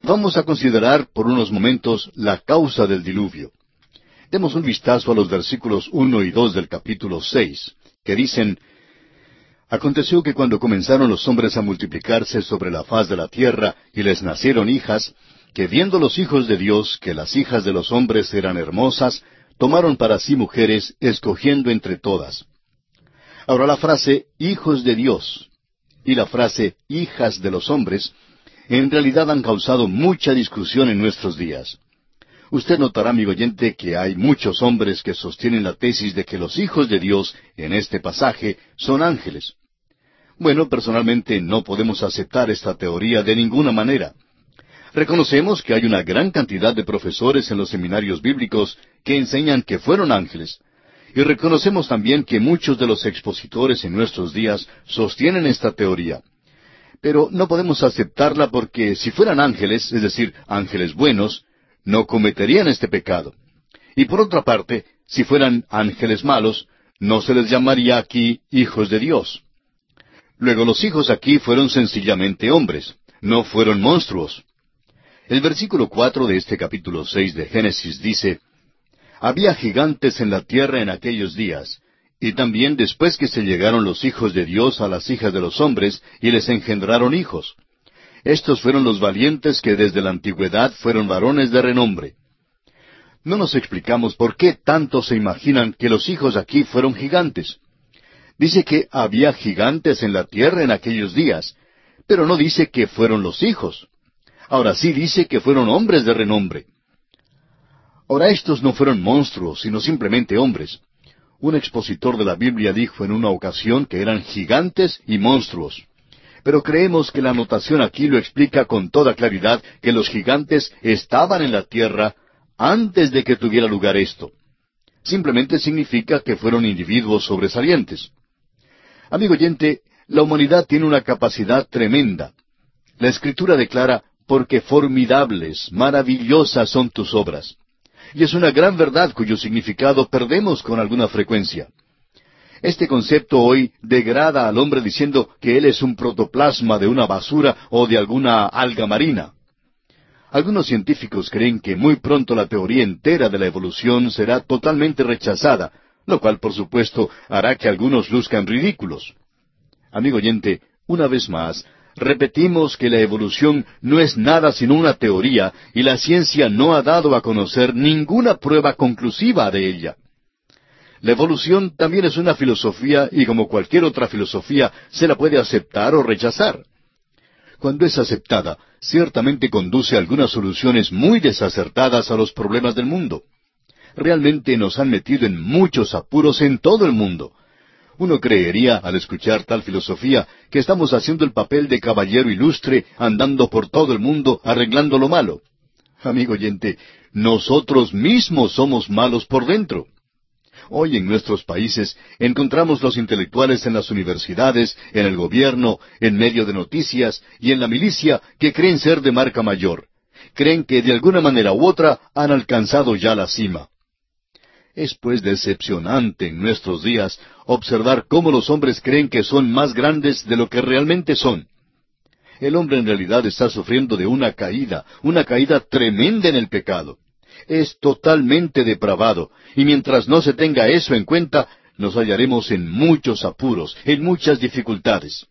Vamos a considerar por unos momentos la causa del diluvio. Demos un vistazo a los versículos 1 y 2 del capítulo 6, que dicen: Aconteció que cuando comenzaron los hombres a multiplicarse sobre la faz de la tierra, y les nacieron hijas, que viendo los hijos de Dios que las hijas de los hombres eran hermosas, tomaron para sí mujeres, escogiendo entre todas. Ahora la frase hijos de Dios y la frase hijas de los hombres en realidad han causado mucha discusión en nuestros días. Usted notará, amigo oyente, que hay muchos hombres que sostienen la tesis de que los hijos de Dios en este pasaje son ángeles. Bueno, personalmente no podemos aceptar esta teoría de ninguna manera. Reconocemos que hay una gran cantidad de profesores en los seminarios bíblicos que enseñan que fueron ángeles. Y reconocemos también que muchos de los expositores en nuestros días sostienen esta teoría. Pero no podemos aceptarla porque si fueran ángeles, es decir, ángeles buenos, no cometerían este pecado. Y por otra parte, si fueran ángeles malos, no se les llamaría aquí hijos de Dios. Luego los hijos aquí fueron sencillamente hombres, no fueron monstruos. El versículo 4 de este capítulo 6 de Génesis dice: Había gigantes en la tierra en aquellos días, y también después que se llegaron los hijos de Dios a las hijas de los hombres, y les engendraron hijos. Estos fueron los valientes que desde la antigüedad fueron varones de renombre. No nos explicamos por qué tanto se imaginan que los hijos aquí fueron gigantes. Dice que había gigantes en la tierra en aquellos días, pero no dice que fueron los hijos. Ahora sí dice que fueron hombres de renombre. Ahora estos no fueron monstruos, sino simplemente hombres. Un expositor de la Biblia dijo en una ocasión que eran gigantes y monstruos. Pero creemos que la anotación aquí lo explica con toda claridad que los gigantes estaban en la tierra antes de que tuviera lugar esto. Simplemente significa que fueron individuos sobresalientes. Amigo oyente, la humanidad tiene una capacidad tremenda. La Escritura declara: porque formidables, maravillosas son tus obras. Y es una gran verdad cuyo significado perdemos con alguna frecuencia. Este concepto hoy degrada al hombre diciendo que él es un protoplasma de una basura o de alguna alga marina. Algunos científicos creen que muy pronto la teoría entera de la evolución será totalmente rechazada, lo cual por supuesto hará que algunos luzcan ridículos. Amigo oyente, una vez más, repetimos que la evolución no es nada sino una teoría y la ciencia no ha dado a conocer ninguna prueba conclusiva de ella. La evolución también es una filosofía y como cualquier otra filosofía se la puede aceptar o rechazar. Cuando es aceptada, ciertamente conduce a algunas soluciones muy desacertadas a los problemas del mundo. Realmente nos han metido en muchos apuros en todo el mundo. Uno creería, al escuchar tal filosofía, que estamos haciendo el papel de caballero ilustre, andando por todo el mundo, arreglando lo malo. Amigo oyente, nosotros mismos somos malos por dentro. Hoy en nuestros países encontramos los intelectuales en las universidades, en el gobierno, en medio de noticias y en la milicia que creen ser de marca mayor. Creen que de alguna manera u otra han alcanzado ya la cima. Es pues decepcionante en nuestros días observar cómo los hombres creen que son más grandes de lo que realmente son. El hombre en realidad está sufriendo de una caída tremenda en el pecado. Es totalmente depravado, y mientras no se tenga eso en cuenta, nos hallaremos en muchos apuros, en muchas dificultades.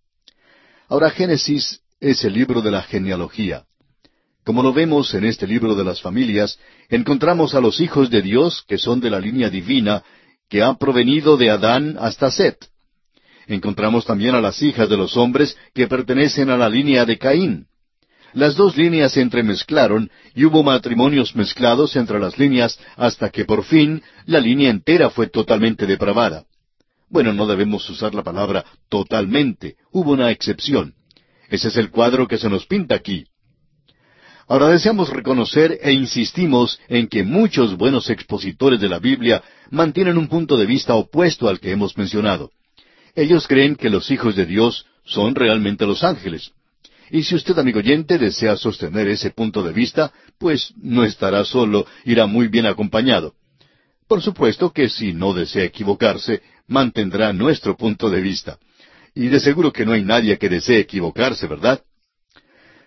Ahora, Génesis es el libro de la genealogía. Como lo vemos en este libro de las familias, encontramos a los hijos de Dios, que son de la línea divina, que ha provenido de Adán hasta Set. Encontramos también a las hijas de los hombres, que pertenecen a la línea de Caín. Las dos líneas se entremezclaron y hubo matrimonios mezclados entre las líneas hasta que por fin la línea entera fue totalmente depravada. Bueno, no debemos usar la palabra totalmente, hubo una excepción. Ese es el cuadro que se nos pinta aquí. Ahora deseamos reconocer e insistimos en que muchos buenos expositores de la Biblia mantienen un punto de vista opuesto al que hemos mencionado. Ellos creen que los hijos de Dios son realmente los ángeles. Y si usted, amigo oyente, desea sostener ese punto de vista, pues no estará solo, irá muy bien acompañado. Por supuesto que si no desea equivocarse, mantendrá nuestro punto de vista. Y de seguro que no hay nadie que desee equivocarse, ¿verdad?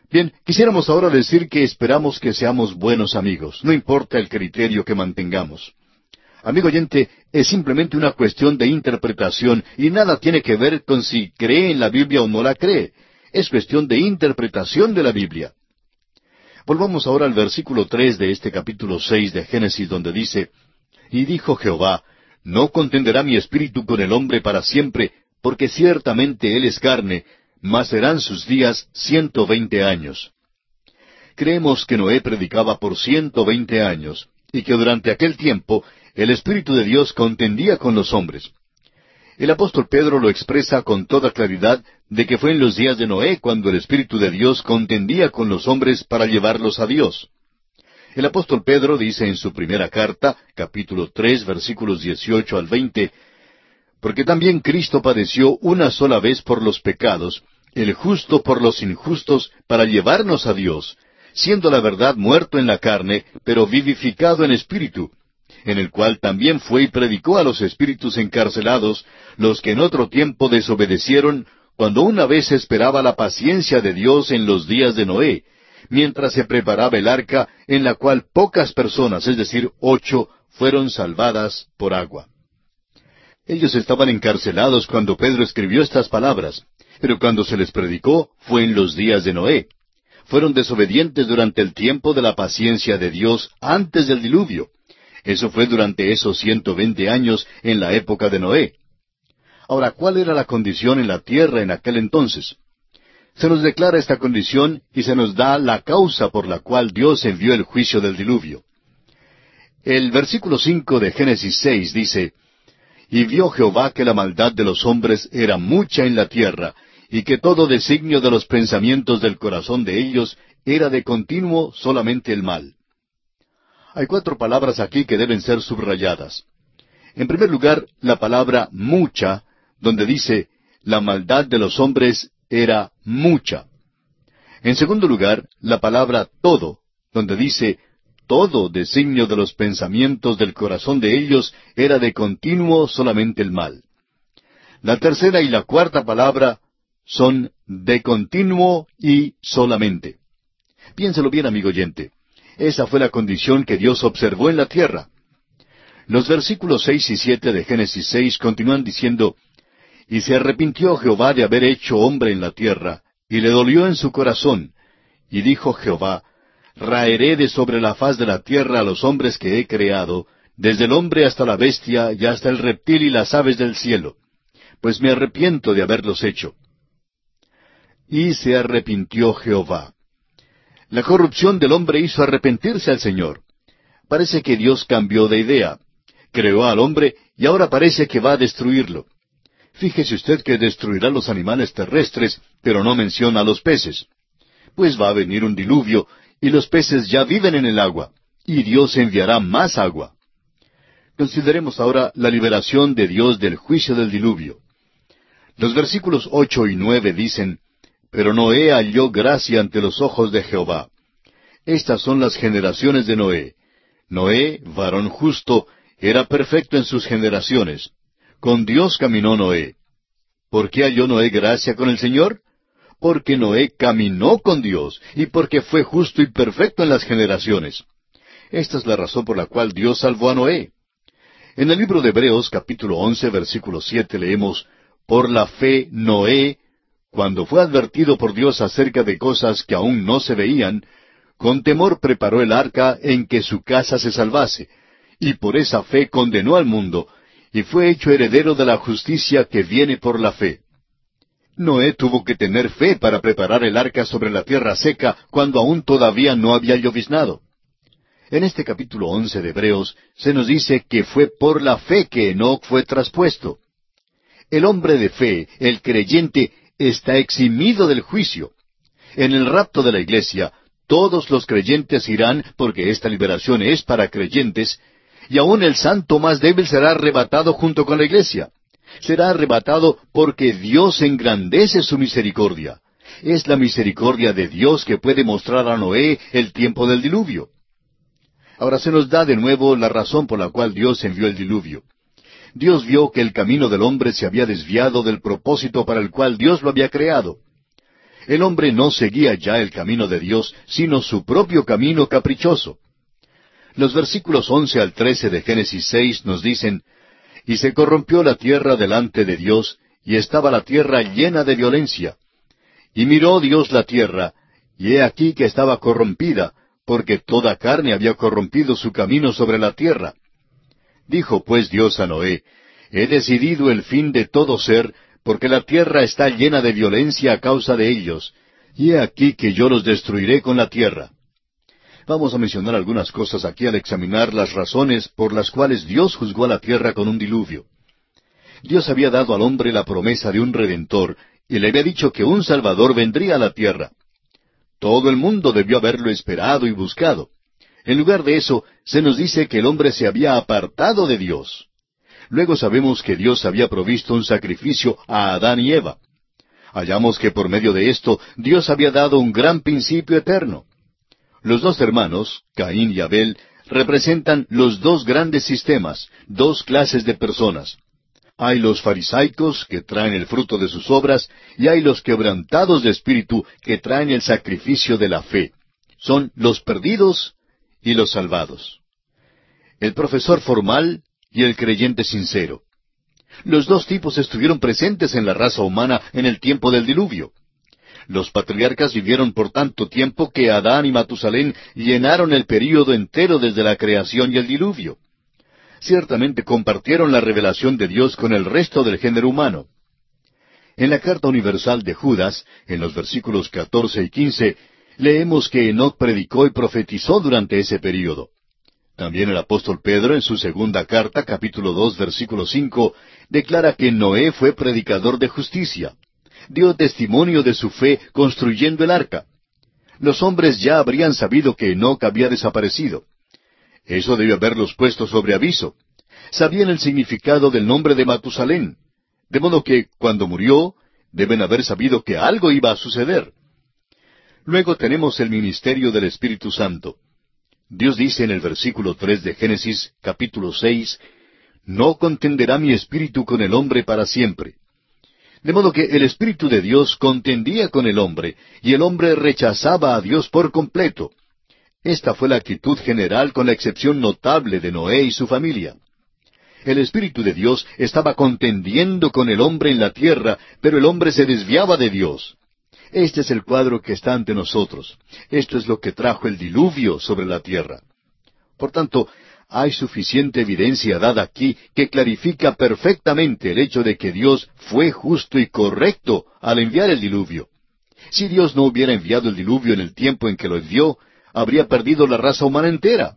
Bien, quisiéramos ahora decir que esperamos que seamos buenos amigos, no importa el criterio que mantengamos. Amigo oyente, es simplemente una cuestión de interpretación y nada tiene que ver con si cree en la Biblia o no la cree. Es cuestión de interpretación de la Biblia. Volvamos ahora al versículo 3 de este capítulo 6 de Génesis, donde dice, «Y dijo Jehová, no contenderá mi espíritu con el hombre para siempre, porque ciertamente él es carne, mas serán sus días 120 años». Creemos que Noé predicaba por 120 años, y que durante aquel tiempo el Espíritu de Dios contendía con los hombres. El apóstol Pedro lo expresa con toda claridad de que fue en los días de Noé cuando el Espíritu de Dios contendía con los hombres para llevarlos a Dios. El apóstol Pedro dice en su primera carta, capítulo 3, versículos 18 al 20, «Porque también Cristo padeció una sola vez por los pecados, el justo por los injustos, para llevarnos a Dios, siendo la verdad muerto en la carne, pero vivificado en espíritu, en el cual también fue y predicó a los espíritus encarcelados, los que en otro tiempo desobedecieron, cuando una vez esperaba la paciencia de Dios en los días de Noé, mientras se preparaba el arca, en la cual pocas personas, es decir, 8, fueron salvadas por agua». Ellos estaban encarcelados cuando Pedro escribió estas palabras, pero cuando se les predicó fue en los días de Noé. Fueron desobedientes durante el tiempo de la paciencia de Dios antes del diluvio. Eso fue durante esos 120 años en la época de Noé. Ahora, ¿cuál era la condición en la tierra en aquel entonces? Se nos declara esta condición y se nos da la causa por la cual Dios envió el juicio del diluvio. El versículo 5 de Génesis 6 dice, «Y vio Jehová que la maldad de los hombres era mucha en la tierra, y que todo designio de los pensamientos del corazón de ellos era de continuo solamente el mal». Hay 4 palabras aquí que deben ser subrayadas. En primer lugar, la palabra mucha, donde dice, la maldad de los hombres era mucha. En segundo lugar, la palabra todo, donde dice, todo designio de los pensamientos del corazón de ellos era de continuo solamente el mal. La tercera y la cuarta palabra son de continuo y solamente. Piénselo bien, amigo oyente. Esa fue la condición que Dios observó en la tierra. Los versículos 6 y 7 de Génesis 6 continúan diciendo, «Y se arrepintió Jehová de haber hecho hombre en la tierra, y le dolió en su corazón. Y dijo Jehová, raeré de sobre la faz de la tierra a los hombres que he creado, desde el hombre hasta la bestia, y hasta el reptil y las aves del cielo, pues me arrepiento de haberlos hecho». Y se arrepintió Jehová. La corrupción del hombre hizo arrepentirse al Señor. Parece que Dios cambió de idea. Creó al hombre y ahora parece que va a destruirlo. Fíjese usted que destruirá los animales terrestres, pero no menciona a los peces. Pues va a venir un diluvio, y los peces ya viven en el agua, y Dios enviará más agua. Consideremos ahora la liberación de Dios del juicio del diluvio. Los versículos 8 y 9 dicen, «Pero Noé halló gracia ante los ojos de Jehová». Estas son las generaciones de Noé. Noé, varón justo, era perfecto en sus generaciones. Con Dios caminó Noé. ¿Por qué halló Noé gracia con el Señor? Porque Noé caminó con Dios, y porque fue justo y perfecto en las generaciones. Esta es la razón por la cual Dios salvó a Noé. En el libro de Hebreos, capítulo 11, versículo 7, leemos, «Por la fe Noé, cuando fue advertido por Dios acerca de cosas que aún no se veían, con temor preparó el arca en que su casa se salvase, y por esa fe condenó al mundo, y fue hecho heredero de la justicia que viene por la fe». Noé tuvo que tener fe para preparar el arca sobre la tierra seca cuando aún todavía no había lloviznado. En este capítulo 11 de Hebreos se nos dice que fue por la fe que Enoc fue traspuesto. El hombre de fe, el creyente, está eximido del juicio. En el rapto de la iglesia, todos los creyentes irán, porque esta liberación es para creyentes, y aún el santo más débil será arrebatado junto con la iglesia. Será arrebatado porque Dios engrandece su misericordia. Es la misericordia de Dios que puede mostrar a Noé el tiempo del diluvio. Ahora se nos da de nuevo la razón por la cual Dios envió el diluvio. Dios vio que el camino del hombre se había desviado del propósito para el cual Dios lo había creado. El hombre no seguía ya el camino de Dios, sino su propio camino caprichoso. Los versículos 11 al 13 de Génesis 6 nos dicen, «Y se corrompió la tierra delante de Dios, y estaba la tierra llena de violencia. Y miró Dios la tierra, y he aquí que estaba corrompida, porque toda carne había corrompido su camino sobre la tierra. Dijo pues Dios a Noé, He decidido el fin de todo ser, porque la tierra está llena de violencia a causa de ellos, y he aquí que yo los destruiré con la tierra». Vamos a mencionar algunas cosas aquí al examinar las razones por las cuales Dios juzgó a la tierra con un diluvio. Dios había dado al hombre la promesa de un Redentor, y le había dicho que un Salvador vendría a la tierra. Todo el mundo debió haberlo esperado y buscado. En lugar de eso, se nos dice que el hombre se había apartado de Dios. Luego sabemos que Dios había provisto un sacrificio a Adán y Eva. Hallamos que por medio de esto, Dios había dado un gran principio eterno. Los dos hermanos, Caín y Abel, representan los dos grandes sistemas, dos clases de personas. Hay los farisaicos, que traen el fruto de sus obras, y hay los quebrantados de espíritu, que traen el sacrificio de la fe. Son los perdidos y los salvados. El profesor formal y el creyente sincero. Los dos tipos estuvieron presentes en la raza humana en el tiempo del diluvio. Los patriarcas vivieron por tanto tiempo que Adán y Matusalén llenaron el período entero desde la creación y el diluvio. Ciertamente compartieron la revelación de Dios con el resto del género humano. En la carta universal de Judas, en los versículos 14 y 15, leemos que Enoc predicó y profetizó durante ese período. También el apóstol Pedro, en su segunda carta, capítulo 2, versículo 5, declara que Noé fue predicador de justicia. Dio testimonio de su fe construyendo el arca. Los hombres ya habrían sabido que Enoc había desaparecido. Eso debió haberlos puesto sobre aviso. Sabían el significado del nombre de Matusalén, de modo que, cuando murió, deben haber sabido que algo iba a suceder. Luego tenemos el ministerio del Espíritu Santo. Dios dice en el versículo 3 de Génesis, capítulo 6, «No contenderá mi espíritu con el hombre para siempre». De modo que el Espíritu de Dios contendía con el hombre, y el hombre rechazaba a Dios por completo. Esta fue la actitud general con la excepción notable de Noé y su familia. El Espíritu de Dios estaba contendiendo con el hombre en la tierra, pero el hombre se desviaba de Dios. Este es el cuadro que está ante nosotros. Esto es lo que trajo el diluvio sobre la tierra. Por tanto, hay suficiente evidencia dada aquí que clarifica perfectamente el hecho de que Dios fue justo y correcto al enviar el diluvio. Si Dios no hubiera enviado el diluvio en el tiempo en que lo envió, habría perdido la raza humana entera.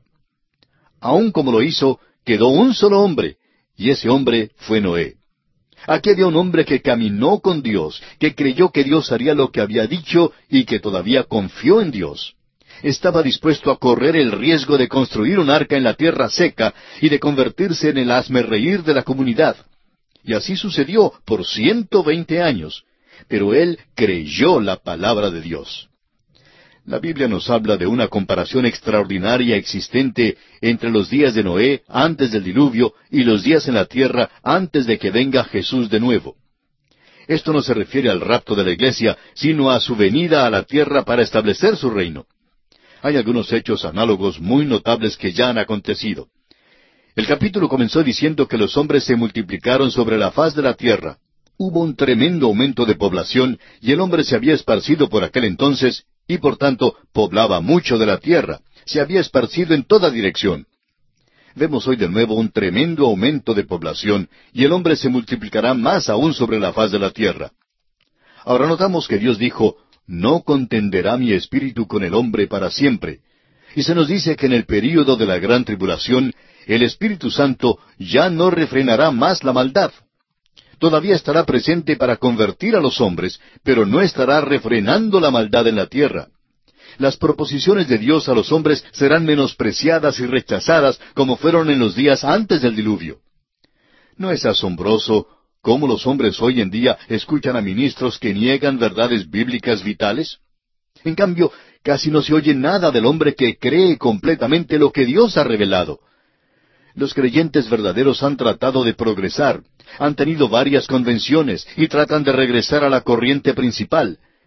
Aun como lo hizo, quedó un solo hombre, y ese hombre fue Noé. Aquí había un hombre que caminó con Dios, que creyó que Dios haría lo que había dicho y que todavía confió en Dios. Estaba dispuesto a correr el riesgo de construir un arca en la tierra seca y de convertirse en el hazmerreír de la comunidad. Y así sucedió por 120 años. Pero él creyó la palabra de Dios. La Biblia nos habla de una comparación extraordinaria existente entre los días de Noé antes del diluvio y los días en la tierra antes de que venga Jesús de nuevo. Esto no se refiere al rapto de la iglesia, sino a su venida a la tierra para establecer su reino. Hay algunos hechos análogos muy notables que ya han acontecido. El capítulo comenzó diciendo que los hombres se multiplicaron sobre la faz de la tierra. Hubo un tremendo aumento de población y el hombre se había esparcido por aquel entonces y por tanto poblaba mucho de la tierra. Se había esparcido en toda dirección. Vemos hoy de nuevo un tremendo aumento de población y el hombre se multiplicará más aún sobre la faz de la tierra. Ahora notamos que Dios dijo, «No contenderá mi espíritu con el hombre para siempre». Y se nos dice que en el período de la gran tribulación, el Espíritu Santo ya no refrenará más la maldad. Todavía estará presente para convertir a los hombres, pero no estará refrenando la maldad en la tierra. Las proposiciones de Dios a los hombres serán menospreciadas y rechazadas como fueron en los días antes del diluvio. ¿No es asombroso cómo los hombres hoy en día escuchan a ministros que niegan verdades bíblicas vitales? En cambio, casi no se oye nada del hombre que cree completamente lo que Dios ha revelado. Los creyentes verdaderos han tratado de progresar, han tenido varias convenciones y tratan de regresar a la corriente principal.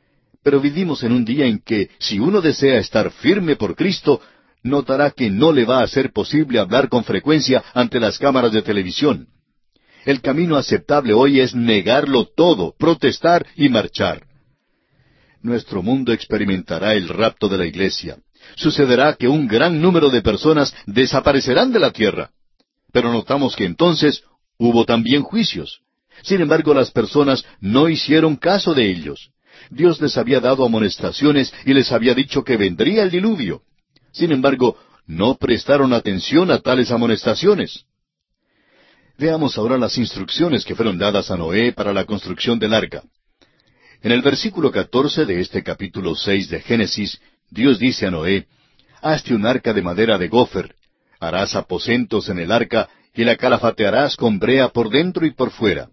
Pero vivimos en un día en que, si uno desea estar firme por Cristo, notará que no le va a ser posible hablar con frecuencia ante las cámaras de televisión. El camino aceptable hoy es negarlo todo, protestar y marchar. Nuestro mundo experimentará el rapto de la iglesia. Sucederá que un gran número de personas desaparecerán de la tierra. Pero notamos que entonces hubo también juicios. Sin embargo, las personas no hicieron caso de ellos. Dios les había dado amonestaciones y les había dicho que vendría el diluvio. Sin embargo, no prestaron atención a tales amonestaciones. Veamos ahora las instrucciones que fueron dadas a Noé para la construcción del arca. En el versículo 14 de este capítulo 6 de Génesis, Dios dice a Noé, «Hazte un arca de madera de gofer, harás aposentos en el arca y la calafatearás con brea por dentro y por fuera».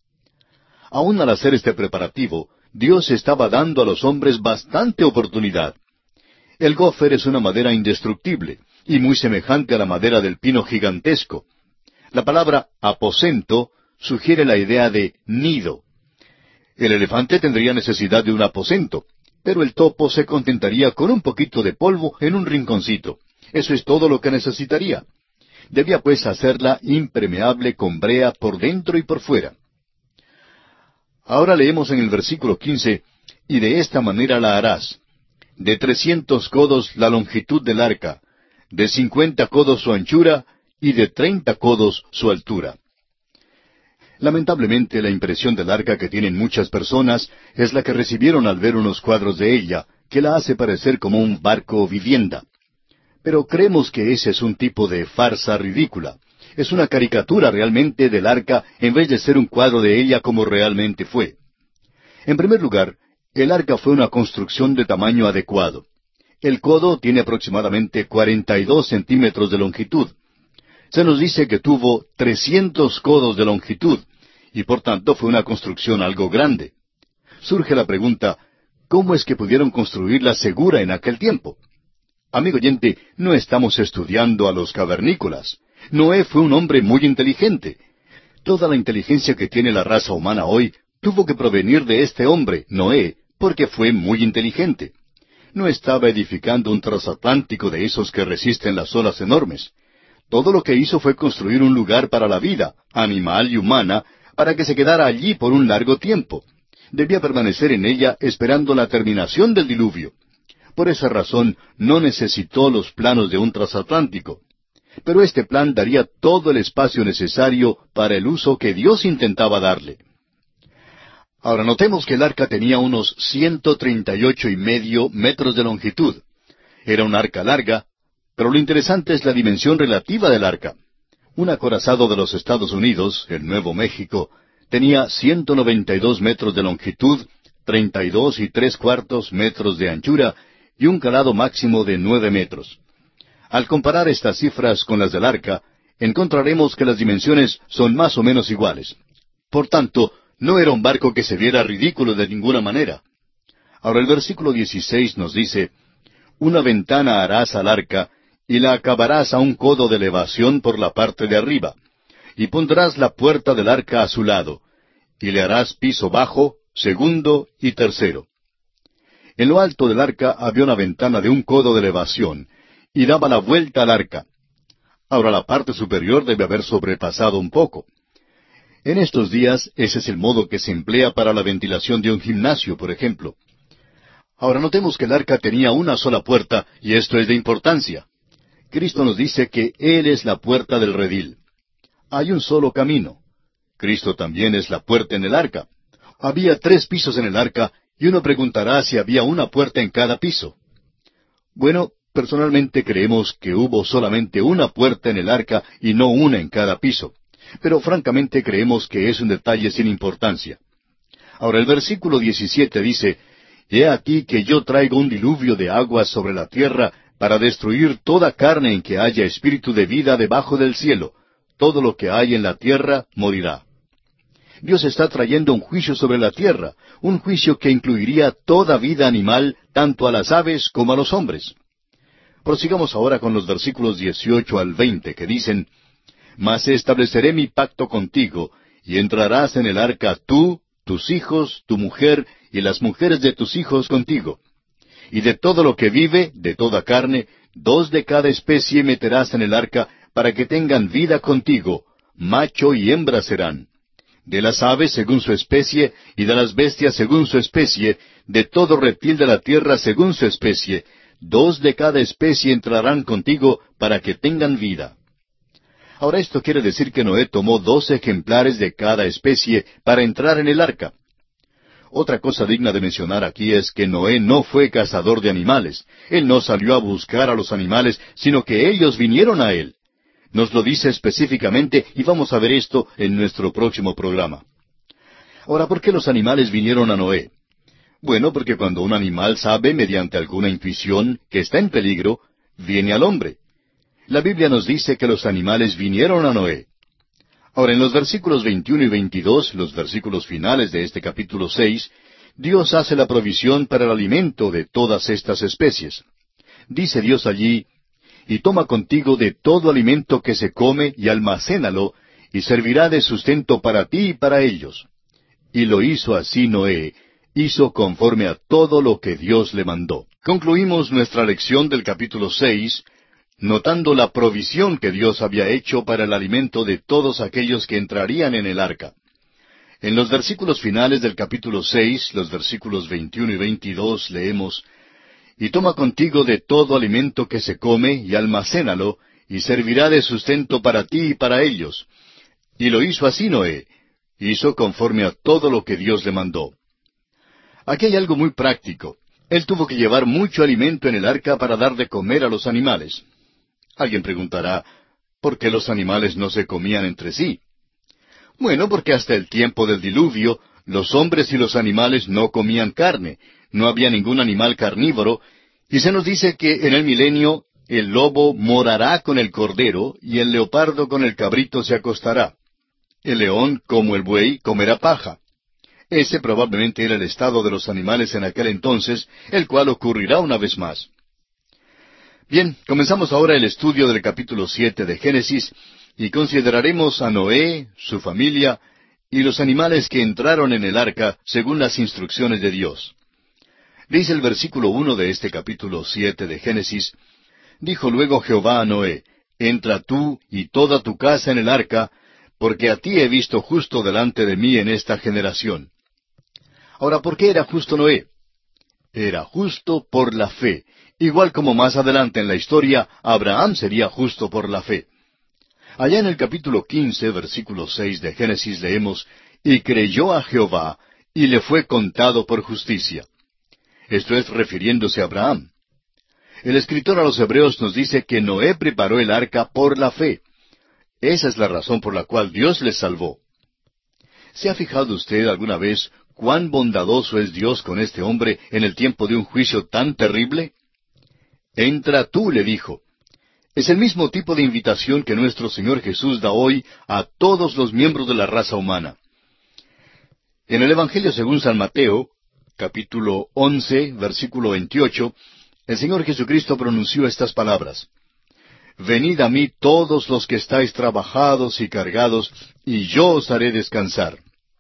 Aún al hacer este preparativo, Dios estaba dando a los hombres bastante oportunidad. El gofer es una madera indestructible y muy semejante a la madera del pino gigantesco. La palabra aposento sugiere la idea de nido. El elefante tendría necesidad de un aposento, pero el topo se contentaría con un poquito de polvo en un rinconcito. Eso es todo lo que necesitaría. Debía pues hacerla impermeable con brea por dentro y por fuera. Ahora leemos en el versículo 15, «Y de esta manera la harás. De 300 codos la longitud del arca, de 50 codos su anchura, y de 30 codos su altura». Lamentablemente, la impresión del arca que tienen muchas personas es la que recibieron al ver unos cuadros de ella, que la hace parecer como un barco vivienda. Pero creemos que ese es un tipo de farsa ridícula. Es una caricatura realmente del arca en vez de ser un cuadro de ella como realmente fue. En primer lugar, el arca fue una construcción de tamaño adecuado. El codo tiene aproximadamente 42 centímetros de longitud. Se nos dice que tuvo 300 codos de longitud, y por tanto fue una construcción algo grande. Surge la pregunta, ¿cómo es que pudieron construirla segura en aquel tiempo? Amigo oyente, no estamos estudiando a los cavernícolas. Noé fue un hombre muy inteligente. Toda la inteligencia que tiene la raza humana hoy tuvo que provenir de este hombre, Noé, porque fue muy inteligente. No estaba edificando un transatlántico de esos que resisten las olas enormes. Todo lo que hizo fue construir un lugar para la vida, animal y humana, para que se quedara allí por un largo tiempo. Debía permanecer en ella esperando la terminación del diluvio. Por esa razón no necesitó los planos de un transatlántico. Pero este plan daría todo el espacio necesario para el uso que Dios intentaba darle. Ahora notemos que el arca tenía unos 138,5 metros de longitud. Era un arca larga, pero lo interesante es la dimensión relativa del arca. Un acorazado de los Estados Unidos, el Nuevo México, tenía 192 metros de longitud, 32¾ metros de anchura y un calado máximo de 9 metros. Al comparar estas cifras con las del arca, encontraremos que las dimensiones son más o menos iguales. Por tanto, no era un barco que se viera ridículo de ninguna manera. Ahora el versículo 16 nos dice, «Una ventana harás al arca, y la acabarás a un codo de elevación por la parte de arriba, y pondrás la puerta del arca a su lado, y le harás piso bajo, segundo y tercero». En lo alto del arca había una ventana de un codo de elevación, y daba la vuelta al arca. Ahora la parte superior debe haber sobrepasado un poco. En estos días, ese es el modo que se emplea para la ventilación de un gimnasio, por ejemplo. Ahora notemos que el arca tenía una sola puerta, y esto es de importancia. Cristo nos dice que Él es la puerta del redil. Hay un solo camino. Cristo también es la puerta en el arca. Había 3 pisos en el arca, y uno preguntará si había una puerta en cada piso. Bueno, personalmente creemos que hubo solamente una puerta en el arca y no una en cada piso. Pero francamente creemos que es un detalle sin importancia. Ahora el versículo 17 dice, «He aquí que yo traigo un diluvio de aguas sobre la tierra para destruir toda carne en que haya espíritu de vida debajo del cielo. Todo lo que hay en la tierra morirá». Dios está trayendo un juicio sobre la tierra, un juicio que incluiría toda vida animal, tanto a las aves como a los hombres. Prosigamos ahora con los versículos 18 al 20, que dicen, «Mas estableceré mi pacto contigo, y entrarás en el arca tú, tus hijos, tu mujer, y las mujeres de tus hijos contigo. Y de todo lo que vive, de toda carne, 2 de cada especie meterás en el arca, para que tengan vida contigo, macho y hembra serán. De las aves según su especie, y de las bestias según su especie, de todo reptil de la tierra según su especie, 2 de cada especie entrarán contigo, para que tengan vida. Ahora esto quiere decir que Noé tomó 2 ejemplares de cada especie para entrar en el arca. Otra cosa digna de mencionar aquí es que Noé no fue cazador de animales. Él no salió a buscar a los animales, sino que ellos vinieron a él. Nos lo dice específicamente y vamos a ver esto en nuestro próximo programa. Ahora, ¿por qué los animales vinieron a Noé? Bueno, porque cuando un animal sabe mediante alguna intuición que está en peligro, viene al hombre. La Biblia nos dice que los animales vinieron a Noé. Ahora, en los versículos 21 y 22, los versículos finales de este capítulo 6, Dios hace la provisión para el alimento de todas estas especies. Dice Dios allí, y toma contigo de todo alimento que se come y almacénalo, y servirá de sustento para ti y para ellos. Y lo hizo así Noé, hizo conforme a todo lo que Dios le mandó. Concluimos nuestra lección del capítulo 6, notando la provisión que Dios había hecho para el alimento de todos aquellos que entrarían en el arca. En los versículos finales del capítulo 6, los versículos 21 y 22, leemos, y toma contigo de todo alimento que se come, y almacénalo, y servirá de sustento para ti y para ellos. Y lo hizo así Noé, hizo conforme a todo lo que Dios le mandó. Aquí hay algo muy práctico. Él tuvo que llevar mucho alimento en el arca para dar de comer a los animales. Alguien preguntará, ¿por qué los animales no se comían entre sí? Bueno, porque hasta el tiempo del diluvio, los hombres y los animales no comían carne, no había ningún animal carnívoro, y se nos dice que en el milenio el lobo morará con el cordero, y el leopardo con el cabrito se acostará. El león, como el buey, comerá paja. Ese probablemente era el estado de los animales en aquel entonces, el cual ocurrirá una vez más. Bien, comenzamos ahora el estudio del capítulo 7 de Génesis, y consideraremos a Noé, su familia, y los animales que entraron en el arca según las instrucciones de Dios. Dice el versículo 1 de este capítulo 7 de Génesis, dijo luego Jehová a Noé, entra tú y toda tu casa en el arca, porque a ti he visto justo delante de mí en esta generación. Ahora, ¿por qué era justo Noé? Era justo por la fe, igual como más adelante en la historia, Abraham sería justo por la fe. Allá en el capítulo 15, versículo 6 de Génesis leemos, y creyó a Jehová, y le fue contado por justicia. Esto es refiriéndose a Abraham. El escritor a los Hebreos nos dice que Noé preparó el arca por la fe. Esa es la razón por la cual Dios les salvó. ¿Se ha fijado usted alguna vez cuán bondadoso es Dios con este hombre en el tiempo de un juicio tan terrible? Entra tú, le dijo. Es el mismo tipo de invitación que nuestro Señor Jesús da hoy a todos los miembros de la raza humana. En el Evangelio según San Mateo, capítulo 11, versículo 28, el Señor Jesucristo pronunció estas palabras. Venid a mí todos los que estáis trabajados y cargados, y yo os haré descansar.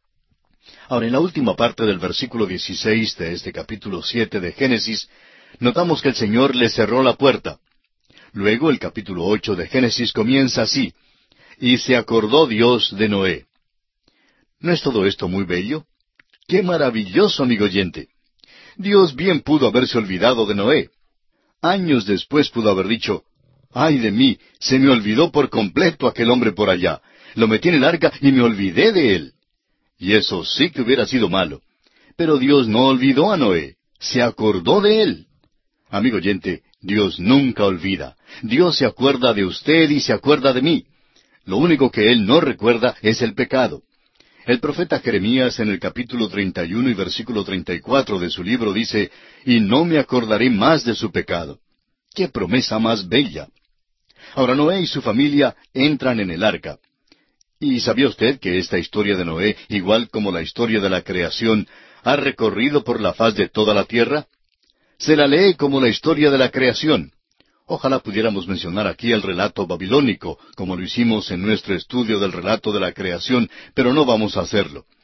Ahora, en la última parte del versículo 16 de este capítulo 7 de Génesis, notamos que el Señor le cerró la puerta. Luego el capítulo 8 de Génesis comienza así, y se acordó Dios de Noé. ¿No es todo esto muy bello? ¡Qué maravilloso, amigo oyente! Dios bien pudo haberse olvidado de Noé. Años después pudo haber dicho, ¡ay de mí! Se me olvidó por completo aquel hombre por allá. Lo metí en el arca y me olvidé de él. Y eso sí que hubiera sido malo. Pero Dios no olvidó a Noé. Se acordó de él. Amigo oyente, Dios nunca olvida. Dios se acuerda de usted y se acuerda de mí. Lo único que Él no recuerda es el pecado. El profeta Jeremías en el capítulo 31 y versículo 34 de su libro dice, y no me acordaré más de su pecado. ¡Qué promesa más bella! Ahora Noé y su familia entran en el arca. ¿Y sabía usted que esta historia de Noé, igual como la historia de la creación, ha recorrido por la faz de toda la tierra? Se la lee como la historia de la creación. Ojalá pudiéramos mencionar aquí el relato babilónico, como lo hicimos en nuestro estudio del relato de la creación, pero no vamos a hacerlo.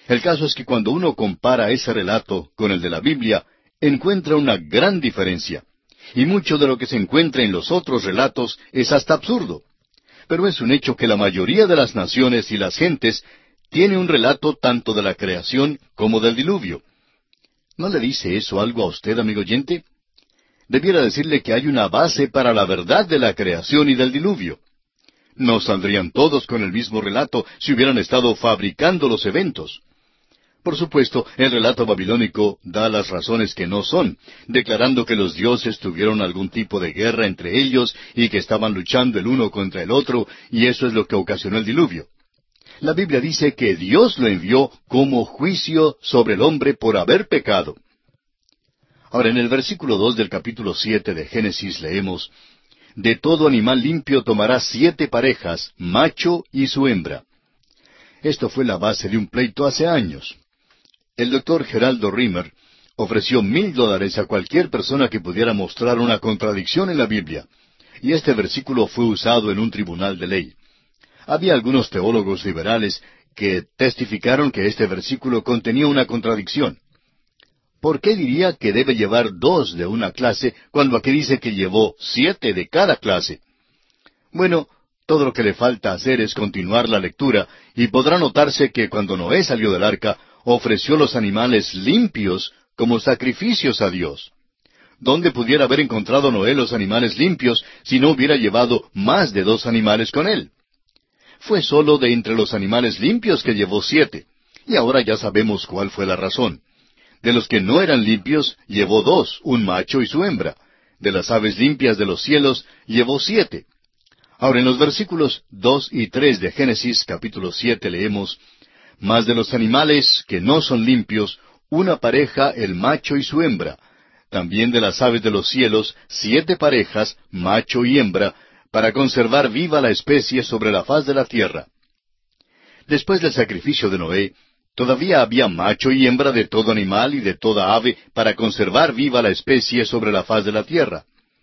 El caso es que cuando uno compara ese relato con el de la Biblia, encuentra una gran diferencia. Y mucho de lo que se encuentra en los otros relatos es hasta absurdo. Pero es un hecho que la mayoría de las naciones y las gentes tiene un relato tanto de la creación como del diluvio. ¿No le dice eso algo a usted, amigo oyente? Debiera decirle que hay una base para la verdad de la creación y del diluvio. No saldrían todos con el mismo relato si hubieran estado fabricando los eventos. Por supuesto, el relato babilónico da las razones que no son, declarando que los dioses tuvieron algún tipo de guerra entre ellos y que estaban luchando el uno contra el otro, y eso es lo que ocasionó el diluvio. La Biblia dice que Dios lo envió como juicio sobre el hombre por haber pecado. Ahora, en el versículo 2 del capítulo 7 de Génesis leemos: De todo animal limpio tomará 7 parejas, macho y su hembra. Esto fue la base de un pleito hace años. El doctor Geraldo Rimmer ofreció $1,000 a cualquier persona que pudiera mostrar una contradicción en la Biblia, y este versículo fue usado en un tribunal de ley. Había algunos teólogos liberales que testificaron que este versículo contenía una contradicción. ¿Por qué diría que debe llevar 2 de una clase cuando aquí dice que llevó 7 de cada clase? Bueno, todo lo que le falta hacer es continuar la lectura, y podrá notarse que cuando Noé salió del arca, ofreció los animales limpios como sacrificios a Dios. ¿Dónde pudiera haber encontrado Noé los animales limpios si no hubiera llevado más de 2 animales con él? Fue solo de entre los animales limpios que llevó 7, y ahora ya sabemos cuál fue la razón. De los que no eran limpios, llevó 2, un macho y su hembra. De las aves limpias de los cielos, llevó 7. Ahora, en los versículos 2 y 3 de Génesis capítulo 7 leemos: Mas de los animales que no son limpios, una pareja el macho y su hembra. También de las aves de los cielos, 7 parejas, macho y hembra, para conservar viva la especie sobre la faz de la tierra. Después del sacrificio de Noé, todavía había macho y hembra de todo animal y de toda ave para conservar viva la especie sobre la faz de la tierra.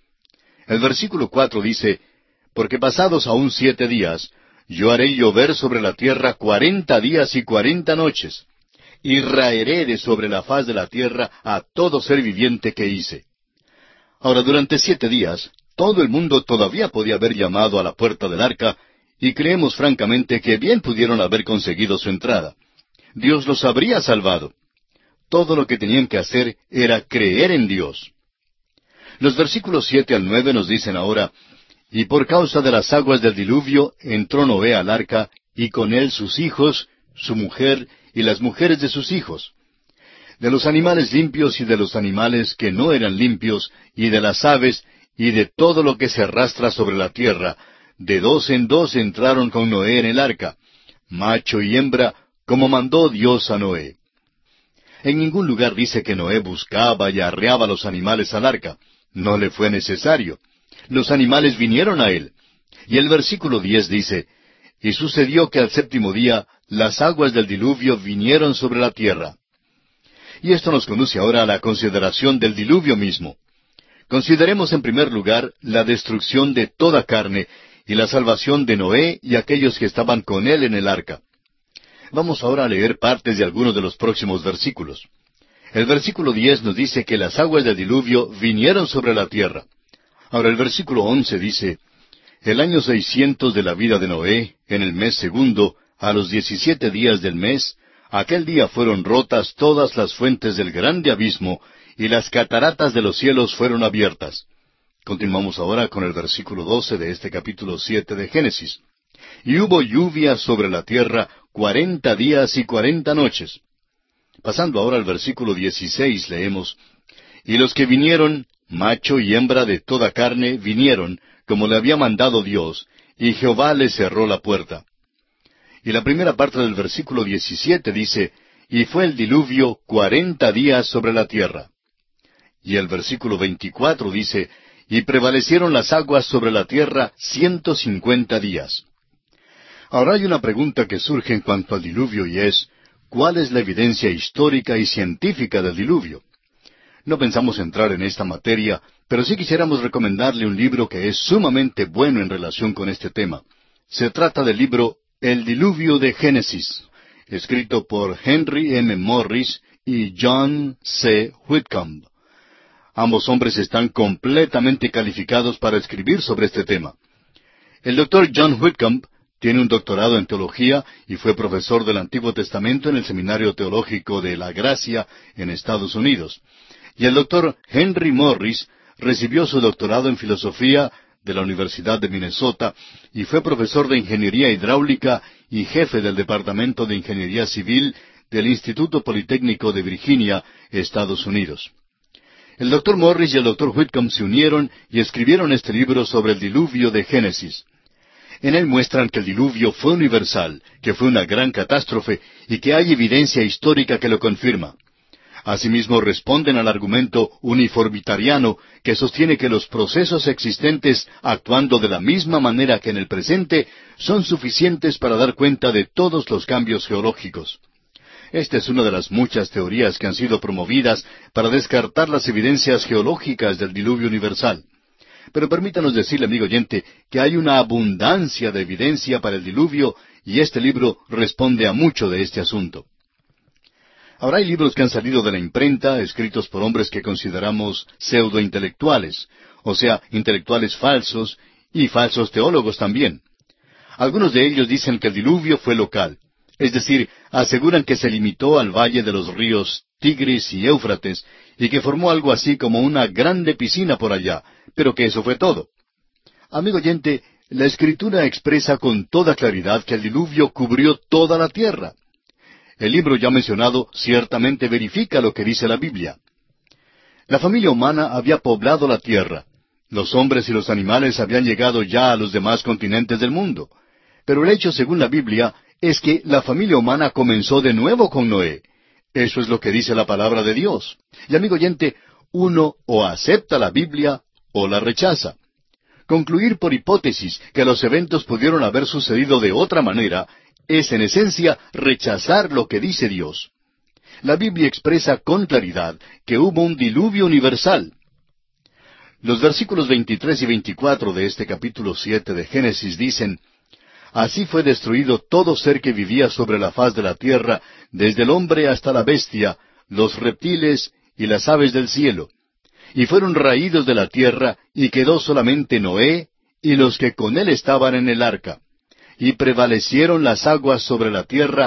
El versículo 4 dice: Porque pasados aún 7 días, yo haré llover sobre la tierra 40 días y 40 noches, y raeré de sobre la faz de la tierra a todo ser viviente que hice. Ahora, durante 7 días, todo el mundo todavía podía haber llamado a la puerta del arca, y creemos francamente que bien pudieron haber conseguido su entrada. Dios los habría salvado. Todo lo que tenían que hacer era creer en Dios. Los versículos 7 al 9 nos dicen ahora: Y por causa de las aguas del diluvio entró Noé al arca, y con él sus hijos, su mujer y las mujeres de sus hijos. De los animales limpios y de los animales que no eran limpios, y de las aves, y de todo lo que se arrastra sobre la tierra, de 2 en 2 entraron con Noé en el arca, macho y hembra, como mandó Dios a Noé. En ningún lugar dice que Noé buscaba y arreaba los animales al arca. No le fue necesario. Los animales vinieron a él. Y el versículo 10 dice: Y sucedió que al 7º día las aguas del diluvio vinieron sobre la tierra. Y esto nos conduce ahora a la consideración del diluvio mismo. Consideremos en primer lugar la destrucción de toda carne y la salvación de Noé y aquellos que estaban con él en el arca. Vamos ahora a leer partes de algunos de los próximos versículos. El versículo 10 nos dice que las aguas del diluvio vinieron sobre la tierra. Ahora el versículo 11 dice: El año 600 de la vida de Noé, en el mes 2, a los 17 días del mes, aquel día fueron rotas todas las fuentes del grande abismo, y las cataratas de los cielos fueron abiertas. Continuamos ahora con el versículo 12 de este capítulo 7 de Génesis. Y hubo lluvia sobre la tierra 40 días y 40 noches. Pasando ahora al versículo 16 leemos: Y los que vinieron, macho y hembra de toda carne, vinieron, como le había mandado Dios, y Jehová les cerró la puerta. Y la primera parte del versículo 17 dice: Y fue el diluvio 40 días sobre la tierra. Y el versículo 24 dice: Y prevalecieron las aguas sobre la tierra 150 días. Ahora hay una pregunta que surge en cuanto al diluvio, y es: ¿cuál es la evidencia histórica y científica del diluvio? No pensamos entrar en esta materia, pero sí quisiéramos recomendarle un libro que es sumamente bueno en relación con este tema. Se trata del libro El Diluvio de Génesis. escrito por Henry M. Morris y John C. Whitcomb. Ambos hombres están completamente calificados para escribir sobre este tema. El doctor John Whitcomb tiene un doctorado en teología y fue profesor del Antiguo Testamento en el Seminario Teológico de La Gracia en Estados Unidos. Y el doctor Henry Morris recibió su doctorado en filosofía de la Universidad de Minnesota y fue profesor de ingeniería hidráulica y jefe del Departamento de Ingeniería Civil del Instituto Politécnico de Virginia, Estados Unidos. El doctor Morris y el doctor Whitcomb se unieron y escribieron este libro sobre el diluvio de Génesis. En él muestran que el diluvio fue universal, que fue una gran catástrofe y que hay evidencia histórica que lo confirma. Asimismo, responden al argumento uniformitariano que sostiene que los procesos existentes, actuando de la misma manera que en el presente, son suficientes para dar cuenta de todos los cambios geológicos. Esta es una de las muchas teorías que han sido promovidas para descartar las evidencias geológicas del diluvio universal. Pero permítanos decirle, amigo oyente, que hay una abundancia de evidencia para el diluvio y este libro responde a mucho de este asunto. Ahora hay libros que han salido de la imprenta, escritos por hombres que consideramos pseudointelectuales, o sea, intelectuales falsos y falsos teólogos también. Algunos de ellos dicen que el diluvio fue local, es decir, aseguran que se limitó al valle de los ríos Tigris y Éufrates y que formó algo así como una grande piscina por allá, pero que eso fue todo. Amigo oyente, la Escritura expresa con toda claridad que el diluvio cubrió toda la tierra. El libro ya mencionado ciertamente verifica lo que dice la Biblia. La familia humana había poblado la tierra. Los hombres y los animales habían llegado ya a los demás continentes del mundo. Pero el hecho, según la Biblia, es que la familia humana comenzó de nuevo con Noé. Eso es lo que dice la palabra de Dios. Y amigo oyente, uno o acepta la Biblia o la rechaza. Concluir por hipótesis que los eventos pudieron haber sucedido de otra manera es en esencia rechazar lo que dice Dios. La Biblia expresa con claridad que hubo un diluvio universal. Los versículos 23 y 24 de este capítulo 7 de Génesis dicen: Así fue destruido todo ser que vivía sobre la faz de la tierra, desde el hombre hasta la bestia, los reptiles y las aves del cielo. Y fueron raídos de la tierra, y quedó solamente Noé y los que con él estaban en el arca. Y prevalecieron las aguas sobre la tierra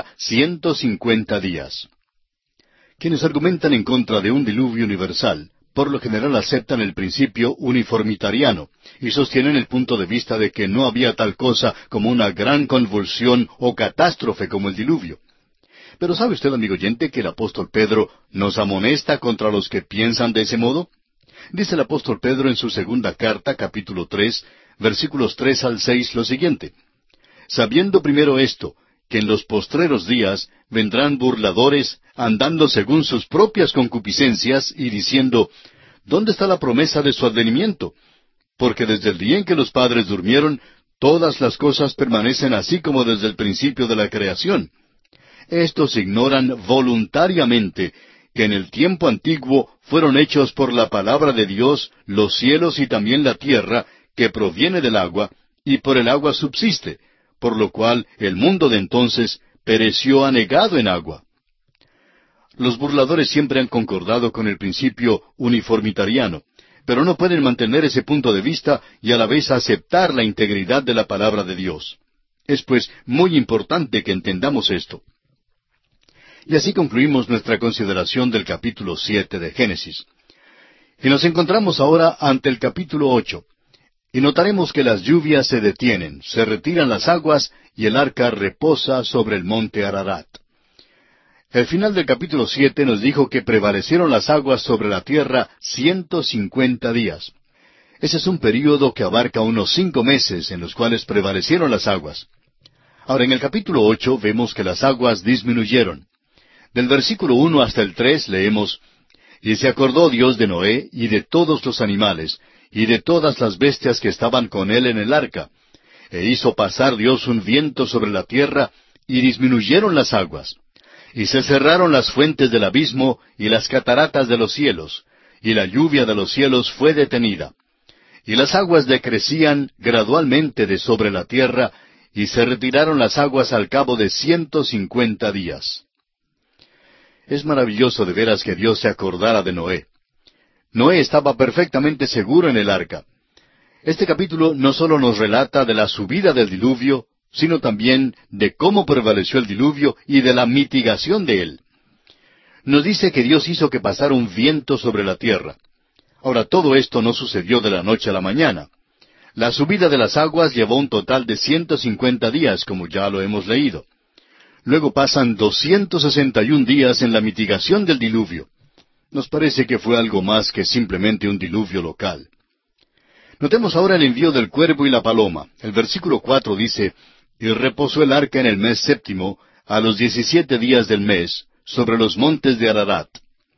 150 días. Quienes argumentan en contra de un diluvio universal, por lo general aceptan el principio uniformitariano, y sostienen el punto de vista de que no había tal cosa como una gran convulsión o catástrofe como el diluvio. Pero ¿sabe usted, amigo oyente, que el apóstol Pedro nos amonesta contra los que piensan de ese modo? Dice el apóstol Pedro en su segunda carta, capítulo 3, versículos 3 al 6, lo siguiente: Sabiendo primero esto, que en los postreros días vendrán burladores, andando según sus propias concupiscencias, y diciendo: ¿Dónde está la promesa de su advenimiento? Porque desde el día en que los padres durmieron, todas las cosas permanecen así como desde el principio de la creación. Estos ignoran voluntariamente que en el tiempo antiguo fueron hechos por la palabra de Dios los cielos y también la tierra, que proviene del agua, y por el agua subsiste, por lo cual el mundo de entonces pereció anegado en agua. Los burladores siempre han concordado con el principio uniformitariano, pero no pueden mantener ese punto de vista y a la vez aceptar la integridad de la palabra de Dios. Es pues muy importante que entendamos esto. Y así concluimos nuestra consideración del capítulo 7 de Génesis. Y nos encontramos ahora ante el capítulo 8. Y notaremos que las lluvias se detienen, se retiran las aguas y el arca reposa sobre el monte Ararat. El final del capítulo 7 nos dijo que prevalecieron las aguas sobre la tierra 150 días. Ese es un período que abarca unos 5 meses en los cuales prevalecieron las aguas. Ahora, en el capítulo 8 vemos que las aguas disminuyeron. Del versículo 1 hasta el 3 leemos: Y se acordó Dios de Noé y de todos los animales, y de todas las bestias que estaban con él en el arca. E hizo pasar Dios un viento sobre la tierra, y disminuyeron las aguas. Y se cerraron las fuentes del abismo, y las cataratas de los cielos, y la lluvia de los cielos fue detenida. Y las aguas decrecían gradualmente de sobre la tierra, y se retiraron las aguas al cabo de 150 días. Es maravilloso de veras que Dios se acordara de Noé. Noé estaba perfectamente seguro en el arca. Este capítulo no solo nos relata de la subida del diluvio, sino también de cómo prevaleció el diluvio y de la mitigación de él. Nos dice que Dios hizo que pasara un viento sobre la tierra. Ahora, todo esto no sucedió de la noche a la mañana. La subida de las aguas llevó un total de 150 días, como ya lo hemos leído. Luego pasan 261 días en la mitigación del diluvio. Nos parece que fue algo más que simplemente un diluvio local. Notemos ahora el envío del cuervo y la paloma. El versículo 4 dice, «Y reposó el arca en el mes séptimo, a los 17 días del mes, sobre los montes de Ararat».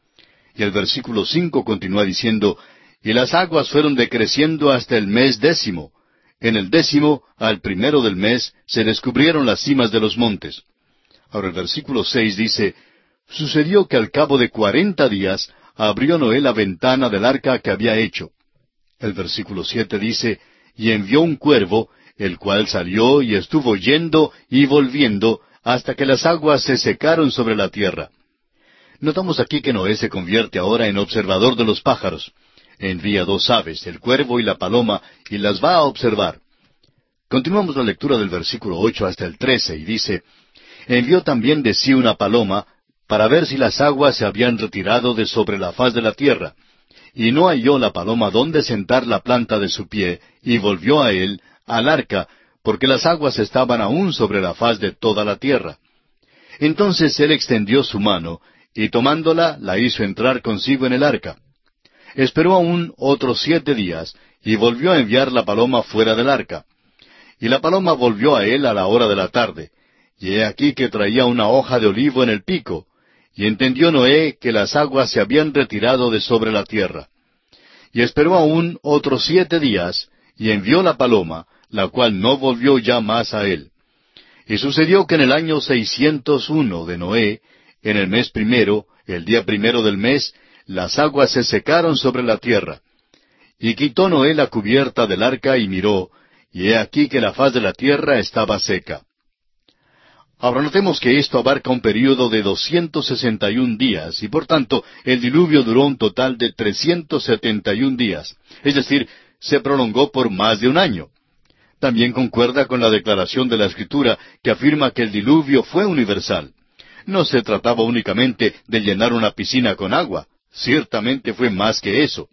Y el versículo 5 continúa diciendo, «Y las aguas fueron decreciendo hasta el mes 10. En el 10, al primero del mes, se descubrieron las cimas de los montes». Ahora el versículo 6 dice, «Sucedió que al cabo de 40 días abrió Noé la ventana del arca que había hecho». El versículo 7 dice, «Y envió un cuervo, el cual salió y estuvo yendo y volviendo hasta que las aguas se secaron sobre la tierra». Notamos aquí que Noé se convierte ahora en observador de los pájaros. Envía 2 aves, el cuervo y la paloma, y las va a observar. Continuamos la lectura del versículo 8 hasta el 13, y dice, «Envió también de sí una paloma, para ver si las aguas se habían retirado de sobre la faz de la tierra. Y no halló la paloma dónde sentar la planta de su pie, y volvió a él, al arca, porque las aguas estaban aún sobre la faz de toda la tierra. Entonces él extendió su mano, y tomándola, la hizo entrar consigo en el arca. Esperó aún otros 7 días, y volvió a enviar la paloma fuera del arca. Y la paloma volvió a él a la hora de la tarde, y he aquí que traía una hoja de olivo en el pico, y entendió Noé que las aguas se habían retirado de sobre la tierra. Y esperó aún otros 7 días, y envió la paloma, la cual no volvió ya más a él. Y sucedió que en el año 601 de Noé, en el mes primero, el día primero del mes, las aguas se secaron sobre la tierra. Y quitó Noé la cubierta del arca y miró, y he aquí que la faz de la tierra estaba seca. Ahora notemos que esto abarca un período de 261 días, y por tanto el diluvio duró un total de 371 días, es decir, se prolongó por más de un año. También concuerda con la declaración de la Escritura que afirma que el diluvio fue universal. No se trataba únicamente de llenar una piscina con agua, ciertamente fue más que eso.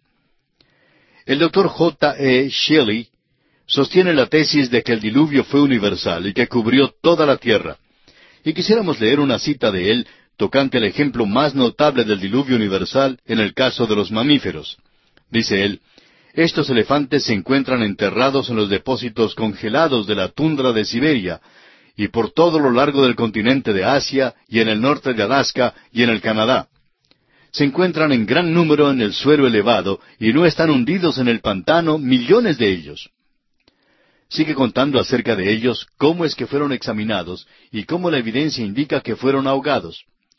El doctor J. E. Shelley sostiene la tesis de que el diluvio fue universal y que cubrió toda la tierra. Y quisiéramos leer una cita de él tocante el ejemplo más notable del diluvio universal en el caso de los mamíferos. Dice él, «Estos elefantes se encuentran enterrados en los depósitos congelados de la tundra de Siberia, y por todo lo largo del continente de Asia, y en el norte de Alaska, y en el Canadá. Se encuentran en gran número en el suelo elevado, y no están hundidos en el pantano millones de ellos». Sigue contando acerca de ellos cómo es que fueron examinados y cómo la evidencia indica que fueron ahogados.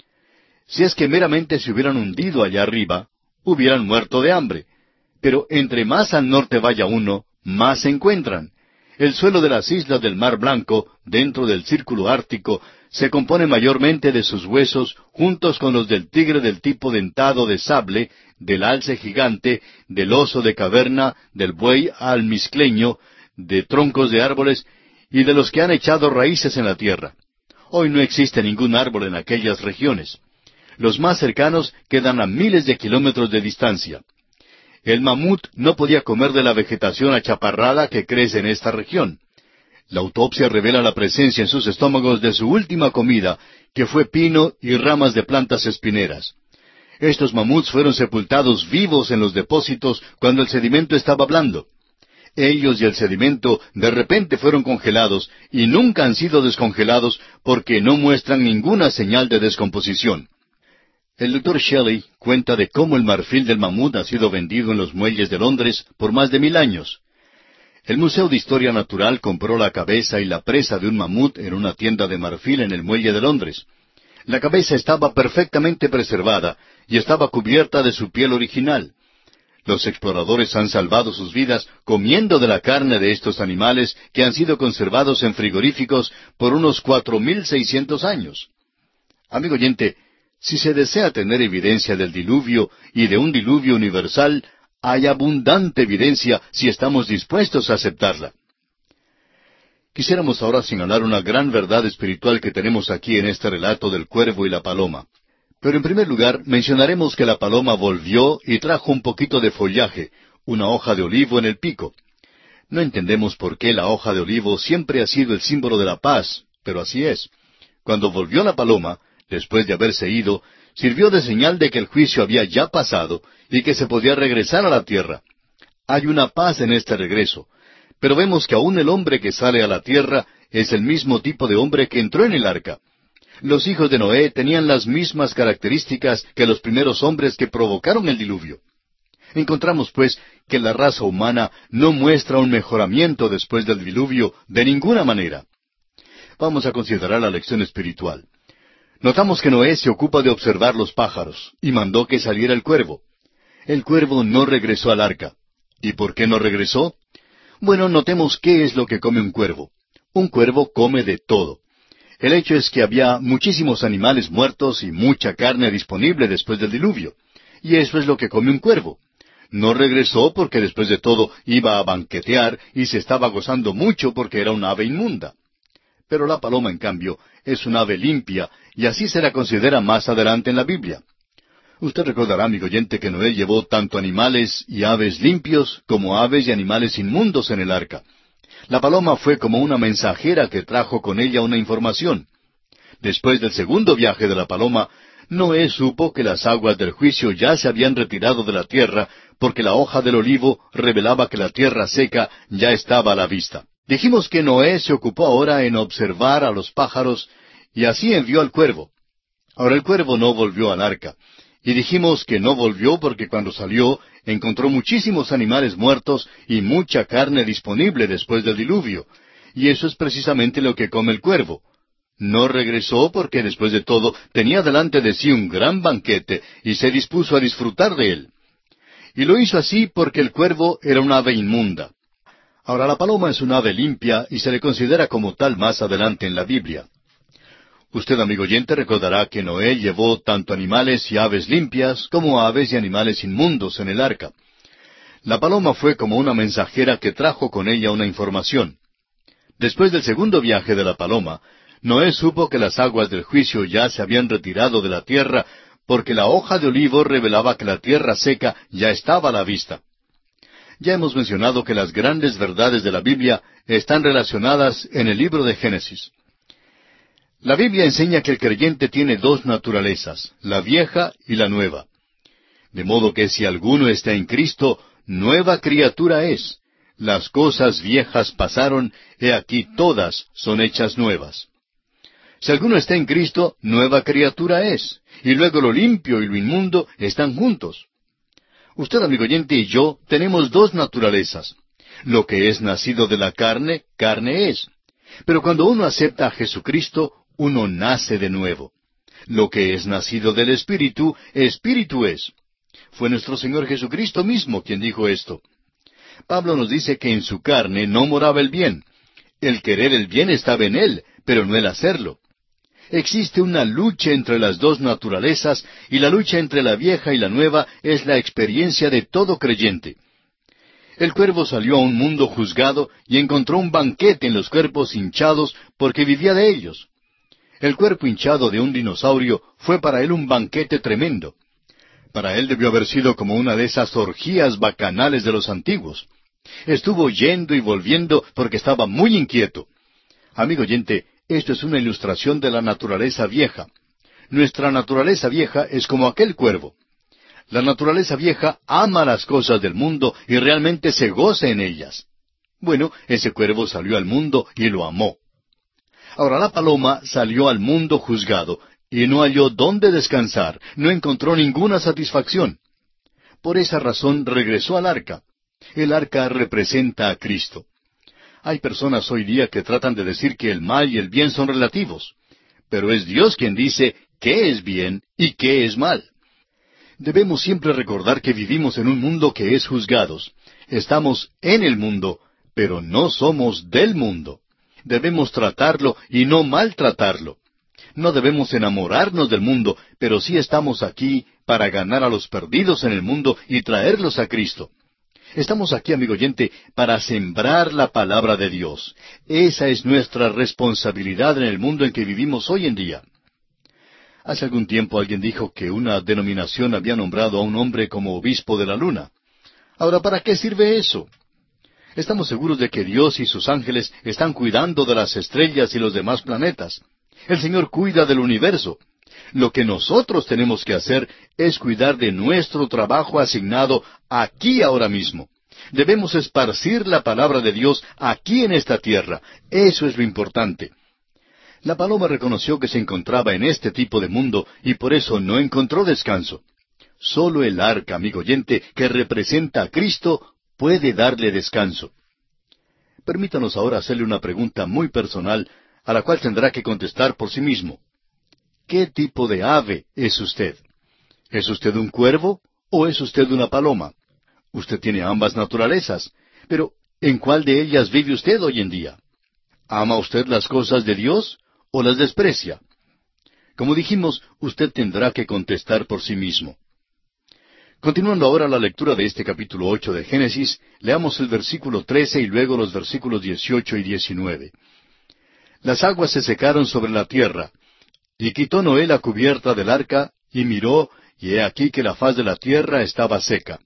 Si es que meramente se hubieran hundido allá arriba, hubieran muerto de hambre. Pero entre más al norte vaya uno, más se encuentran. El suelo de las islas del Mar Blanco, dentro del círculo ártico, se compone mayormente de sus huesos, juntos con los del tigre del tipo dentado de sable, del alce gigante, del oso de caverna, del buey almizcleño, de troncos de árboles y de los que han echado raíces en la tierra. Hoy no existe ningún árbol en aquellas regiones. Los más cercanos quedan a miles de kilómetros de distancia. El mamut no podía comer de la vegetación achaparrada que crece en esta región. La autopsia revela la presencia en sus estómagos de su última comida, que fue pino y ramas de plantas espineras. Estos mamuts fueron sepultados vivos en los depósitos cuando el sedimento estaba blando. Ellos y el sedimento de repente fueron congelados y nunca han sido descongelados porque no muestran ninguna señal de descomposición. El Dr. Shelley cuenta de cómo el marfil del mamut ha sido vendido en los muelles de Londres por más de 1000 años. El Museo de Historia Natural compró la cabeza y la presa de un mamut en una tienda de marfil en el muelle de Londres. La cabeza estaba perfectamente preservada y estaba cubierta de su piel original. Los exploradores han salvado sus vidas comiendo de la carne de estos animales que han sido conservados en frigoríficos por unos 4.600 años. Amigo oyente, si se desea tener evidencia del diluvio y de un diluvio universal, hay abundante evidencia si estamos dispuestos a aceptarla. Quisiéramos ahora señalar una gran verdad espiritual que tenemos aquí en este relato del cuervo y la paloma. Pero en primer lugar, mencionaremos que la paloma volvió y trajo un poquito de follaje, una hoja de olivo en el pico. No entendemos por qué la hoja de olivo siempre ha sido el símbolo de la paz, pero así es. Cuando volvió la paloma, después de haberse ido, sirvió de señal de que el juicio había ya pasado y que se podía regresar a la tierra. Hay una paz en este regreso, pero vemos que aún el hombre que sale a la tierra es el mismo tipo de hombre que entró en el arca. Los hijos de Noé tenían las mismas características que los primeros hombres que provocaron el diluvio. Encontramos, pues, que la raza humana no muestra un mejoramiento después del diluvio de ninguna manera. Vamos a considerar la lección espiritual. Notamos que Noé se ocupa de observar los pájaros y mandó que saliera el cuervo. El cuervo no regresó al arca. ¿Y por qué no regresó? Bueno, notemos qué es lo que come un cuervo. Un cuervo come de todo. El hecho es que había muchísimos animales muertos y mucha carne disponible después del diluvio. Y eso es lo que come un cuervo. No regresó porque después de todo iba a banquetear y se estaba gozando mucho porque era un ave inmunda. Pero la paloma, en cambio, es un ave limpia y así se la considera más adelante en la Biblia. Usted recordará, amigo oyente, que Noé llevó tanto animales y aves limpios como aves y animales inmundos en el arca. La paloma fue como una mensajera que trajo con ella una información. Después del segundo viaje de la paloma, Noé supo que las aguas del juicio ya se habían retirado de la tierra, porque la hoja del olivo revelaba que la tierra seca ya estaba a la vista. Dijimos que Noé se ocupó ahora en observar a los pájaros, y así envió al cuervo. Ahora el cuervo no volvió al arca. Y dijimos que no volvió porque cuando salió encontró muchísimos animales muertos y mucha carne disponible después del diluvio. Y eso es precisamente lo que come el cuervo. No regresó porque después de todo tenía delante de sí un gran banquete y se dispuso a disfrutar de él. Y lo hizo así porque el cuervo era un ave inmunda. Ahora la paloma es un ave limpia y se le considera como tal más adelante en la Biblia. Usted, amigo oyente, recordará que Noé llevó tanto animales y aves limpias como aves y animales inmundos en el arca. La paloma fue como una mensajera que trajo con ella una información. Después del segundo viaje de la paloma, Noé supo que las aguas del juicio ya se habían retirado de la tierra, porque la hoja de olivo revelaba que la tierra seca ya estaba a la vista. Ya hemos mencionado que las grandes verdades de la Biblia están relacionadas en el libro de Génesis. La Biblia enseña que el creyente tiene dos naturalezas, la vieja y la nueva. De modo que si alguno está en Cristo, nueva criatura es. Las cosas viejas pasaron, he aquí todas son hechas nuevas. Si alguno está en Cristo, nueva criatura es. Y luego lo limpio y lo inmundo están juntos. Usted, amigo oyente, y yo tenemos dos naturalezas. Lo que es nacido de la carne, carne es. Pero cuando uno acepta a Jesucristo, uno nace de nuevo. Lo que es nacido del Espíritu, Espíritu es. Fue nuestro Señor Jesucristo mismo quien dijo esto. Pablo nos dice que en su carne no moraba el bien. El querer el bien estaba en él, pero no el hacerlo. Existe una lucha entre las dos naturalezas, y la lucha entre la vieja y la nueva es la experiencia de todo creyente. El cuervo salió a un mundo juzgado y encontró un banquete en los cuerpos hinchados porque vivía de ellos. El cuerpo hinchado de un dinosaurio fue para él un banquete tremendo. Para él debió haber sido como una de esas orgías bacanales de los antiguos. Estuvo yendo y volviendo porque estaba muy inquieto. Amigo oyente, esto es una ilustración de la naturaleza vieja. Nuestra naturaleza vieja es como aquel cuervo. La naturaleza vieja ama las cosas del mundo y realmente se goza en ellas. Bueno, ese cuervo salió al mundo y lo amó. Ahora la paloma salió al mundo juzgado y no halló dónde descansar, no encontró ninguna satisfacción. Por esa razón regresó al arca. El arca representa a Cristo. Hay personas hoy día que tratan de decir que el mal y el bien son relativos, pero es Dios quien dice qué es bien y qué es mal. Debemos siempre recordar que vivimos en un mundo que es juzgado. Estamos en el mundo, pero no somos del mundo. Debemos tratarlo y no maltratarlo. No debemos enamorarnos del mundo, pero sí estamos aquí para ganar a los perdidos en el mundo y traerlos a Cristo. Estamos aquí, amigo oyente, para sembrar la palabra de Dios. Esa es nuestra responsabilidad en el mundo en que vivimos hoy en día. Hace algún tiempo alguien dijo que una denominación había nombrado a un hombre como obispo de la luna. Ahora, ¿para qué sirve eso? Estamos seguros de que Dios y sus ángeles están cuidando de las estrellas y los demás planetas. El Señor cuida del universo. Lo que nosotros tenemos que hacer es cuidar de nuestro trabajo asignado aquí ahora mismo. Debemos esparcir la palabra de Dios aquí en esta tierra. Eso es lo importante. La paloma reconoció que se encontraba en este tipo de mundo y por eso no encontró descanso. Solo el arca, amigo oyente, que representa a Cristo, puede darle descanso. Permítanos ahora hacerle una pregunta muy personal, a la cual tendrá que contestar por sí mismo. ¿Qué tipo de ave es usted? ¿Es usted un cuervo o es usted una paloma? Usted tiene ambas naturalezas, pero ¿en cuál de ellas vive usted hoy en día? ¿Ama usted las cosas de Dios o las desprecia? Como dijimos, usted tendrá que contestar por sí mismo. Continuando ahora la lectura de este capítulo 8 de Génesis, leamos el versículo 13 y luego los versículos 18 y 19. Las aguas se secaron sobre la tierra, y quitó Noé la cubierta del arca, y miró, y he aquí que la faz de la tierra estaba seca.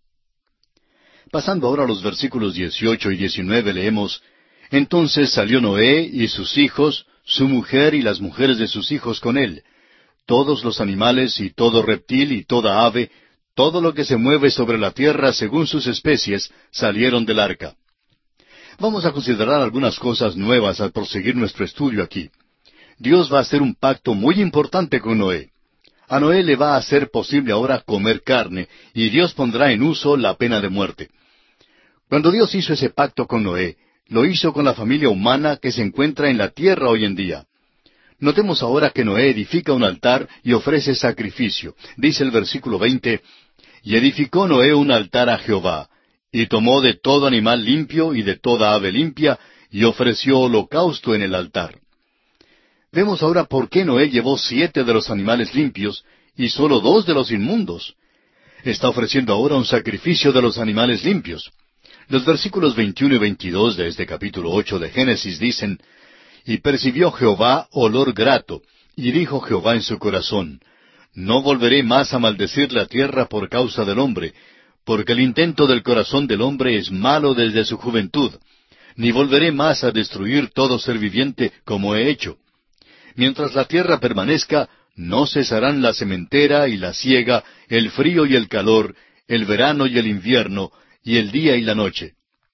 Pasando ahora a los versículos 18 y 19 leemos, Entonces salió Noé y sus hijos, su mujer y las mujeres de sus hijos con él, todos los animales y todo reptil y toda ave, todo lo que se mueve sobre la tierra según sus especies, salieron del arca. Vamos a considerar algunas cosas nuevas al proseguir nuestro estudio aquí. Dios va a hacer un pacto muy importante con Noé. A Noé le va a hacer posible ahora comer carne, y Dios pondrá en uso la pena de muerte. Cuando Dios hizo ese pacto con Noé, lo hizo con la familia humana que se encuentra en la tierra hoy en día. Notemos ahora que Noé edifica un altar y ofrece sacrificio. Dice el versículo 20, Y edificó Noé un altar a Jehová, y tomó de todo animal limpio y de toda ave limpia, y ofreció holocausto en el altar. Vemos ahora por qué Noé llevó 7 de los animales limpios, y solo 2 de los inmundos. Está ofreciendo ahora un sacrificio de los animales limpios. Los versículos 21 y 22 de este capítulo 8 de Génesis dicen, Y percibió Jehová olor grato, y dijo Jehová en su corazón, No volveré más a maldecir la tierra por causa del hombre, porque el intento del corazón del hombre es malo desde su juventud, ni volveré más a destruir todo ser viviente como he hecho. Mientras la tierra permanezca, no cesarán la sementera y la siega, el frío y el calor, el verano y el invierno, y el día y la noche.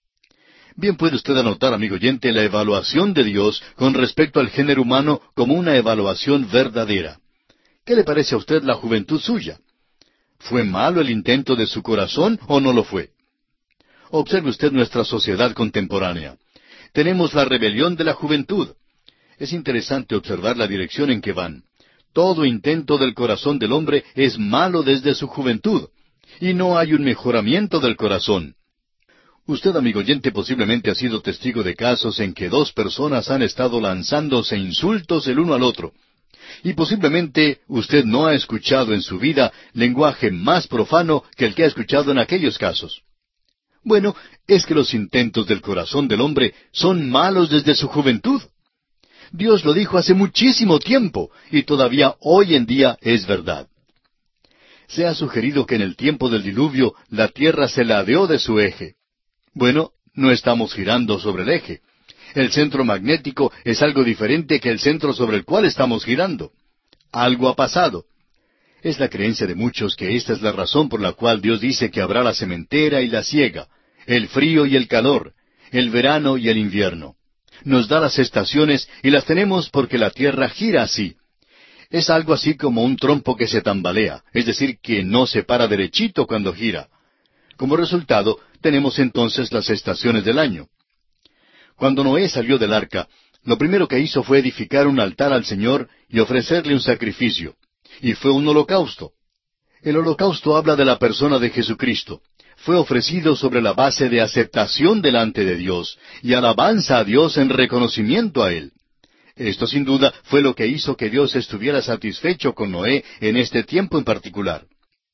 Bien puede usted anotar, amigo oyente, la evaluación de Dios con respecto al género humano como una evaluación verdadera. ¿Qué le parece a usted la juventud suya? ¿Fue malo el intento de su corazón o no lo fue? Observe usted nuestra sociedad contemporánea. Tenemos la rebelión de la juventud. Es interesante observar la dirección en que van. Todo intento del corazón del hombre es malo desde su juventud, y no hay un mejoramiento del corazón. Usted, amigo oyente, posiblemente ha sido testigo de casos en que 2 personas han estado lanzándose insultos el uno al otro. Y posiblemente usted no ha escuchado en su vida lenguaje más profano que el que ha escuchado en aquellos casos. Bueno, es que los intentos del corazón del hombre son malos desde su juventud. Dios lo dijo hace muchísimo tiempo, y todavía hoy en día es verdad. Se ha sugerido que en el tiempo del diluvio la tierra se ladeó de su eje. Bueno, no estamos girando sobre el eje. El centro magnético es algo diferente que el centro sobre el cual estamos girando. Algo ha pasado. Es la creencia de muchos que esta es la razón por la cual Dios dice que habrá la sementera y la siega, el frío y el calor, el verano y el invierno. Nos da las estaciones y las tenemos porque la tierra gira así. Es algo así como un trompo que se tambalea, es decir, que no se para derechito cuando gira. Como resultado, tenemos entonces las estaciones del año. Cuando Noé salió del arca, lo primero que hizo fue edificar un altar al Señor y ofrecerle un sacrificio. Y fue un holocausto. El holocausto habla de la persona de Jesucristo. Fue ofrecido sobre la base de aceptación delante de Dios y alabanza a Dios en reconocimiento a Él. Esto sin duda fue lo que hizo que Dios estuviera satisfecho con Noé en este tiempo en particular.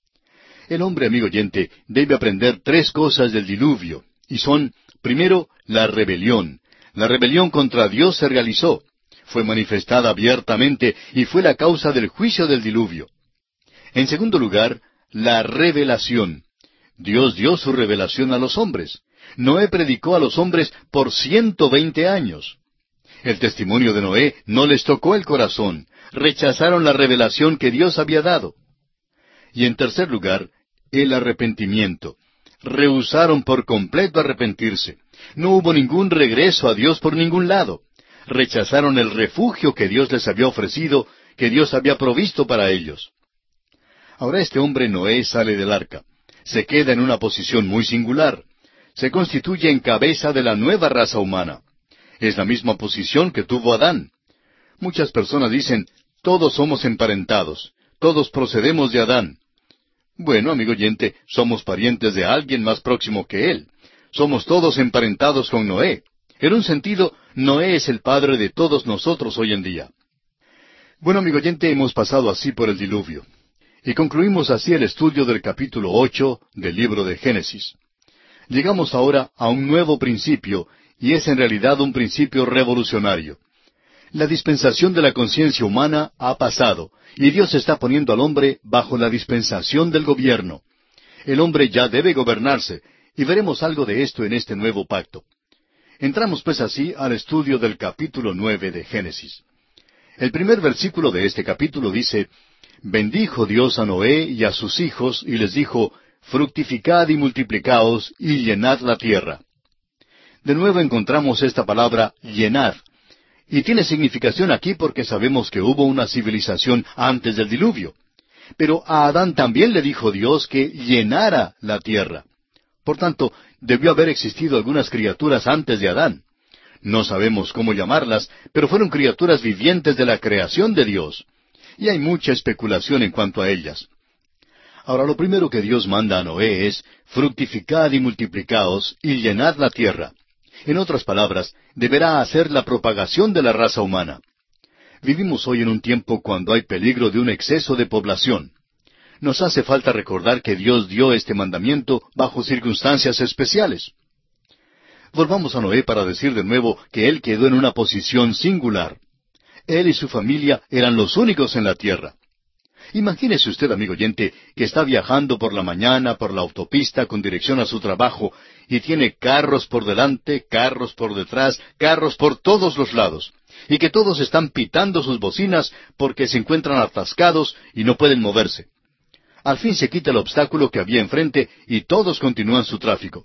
El hombre, amigo oyente, debe aprender tres cosas del diluvio, y son, primero, la rebelión. La rebelión contra Dios se realizó, fue manifestada abiertamente y fue la causa del juicio del diluvio. En segundo lugar, la revelación. Dios dio su revelación a los hombres. Noé predicó a los hombres por 120 años. El testimonio de Noé no les tocó el corazón. Rechazaron la revelación que Dios había dado. Y en tercer lugar, el arrepentimiento. Rehusaron por completo arrepentirse. No hubo ningún regreso a Dios por ningún lado. Rechazaron el refugio que Dios les había ofrecido, que Dios había provisto para ellos. Ahora este hombre Noé sale del arca. Se queda en una posición muy singular. Se constituye en cabeza de la nueva raza humana. Es la misma posición que tuvo Adán. Muchas personas dicen, todos somos emparentados, todos procedemos de Adán. Bueno, amigo oyente, somos parientes de alguien más próximo que él. Somos todos emparentados con Noé. En un sentido, Noé es el padre de todos nosotros hoy en día. Bueno, amigo oyente, hemos pasado así por el diluvio. Y concluimos así el estudio del capítulo 8 del libro de Génesis. Llegamos ahora a un nuevo principio, y es en realidad un principio revolucionario. La dispensación de la conciencia humana ha pasado, y Dios está poniendo al hombre bajo la dispensación del gobierno. El hombre ya debe gobernarse, y veremos algo de esto en este nuevo pacto. Entramos pues así al estudio del capítulo 9 de Génesis. El primer versículo de este capítulo dice, «Bendijo Dios a Noé y a sus hijos, y les dijo, fructificad y multiplicaos, y llenad la tierra». De nuevo encontramos esta palabra, llenad. Y tiene significación aquí porque sabemos que hubo una civilización antes del diluvio. Pero a Adán también le dijo Dios que llenara la tierra. Por tanto, debió haber existido algunas criaturas antes de Adán. No sabemos cómo llamarlas, pero fueron criaturas vivientes de la creación de Dios. Y hay mucha especulación en cuanto a ellas. Ahora, lo primero que Dios manda a Noé es, fructificad y multiplicaos, y llenad la tierra. En otras palabras, deberá hacer la propagación de la raza humana. Vivimos hoy en un tiempo cuando hay peligro de un exceso de población. Nos hace falta recordar que Dios dio este mandamiento bajo circunstancias especiales. Volvamos a Noé para decir de nuevo que él quedó en una posición singular. Él y su familia eran los únicos en la tierra. Imagínese usted, amigo oyente, que está viajando por la mañana por la autopista con dirección a su trabajo y tiene carros por delante, carros por detrás, carros por todos los lados, y que todos están pitando sus bocinas porque se encuentran atascados y no pueden moverse. Al fin se quita el obstáculo que había enfrente y todos continúan su tráfico.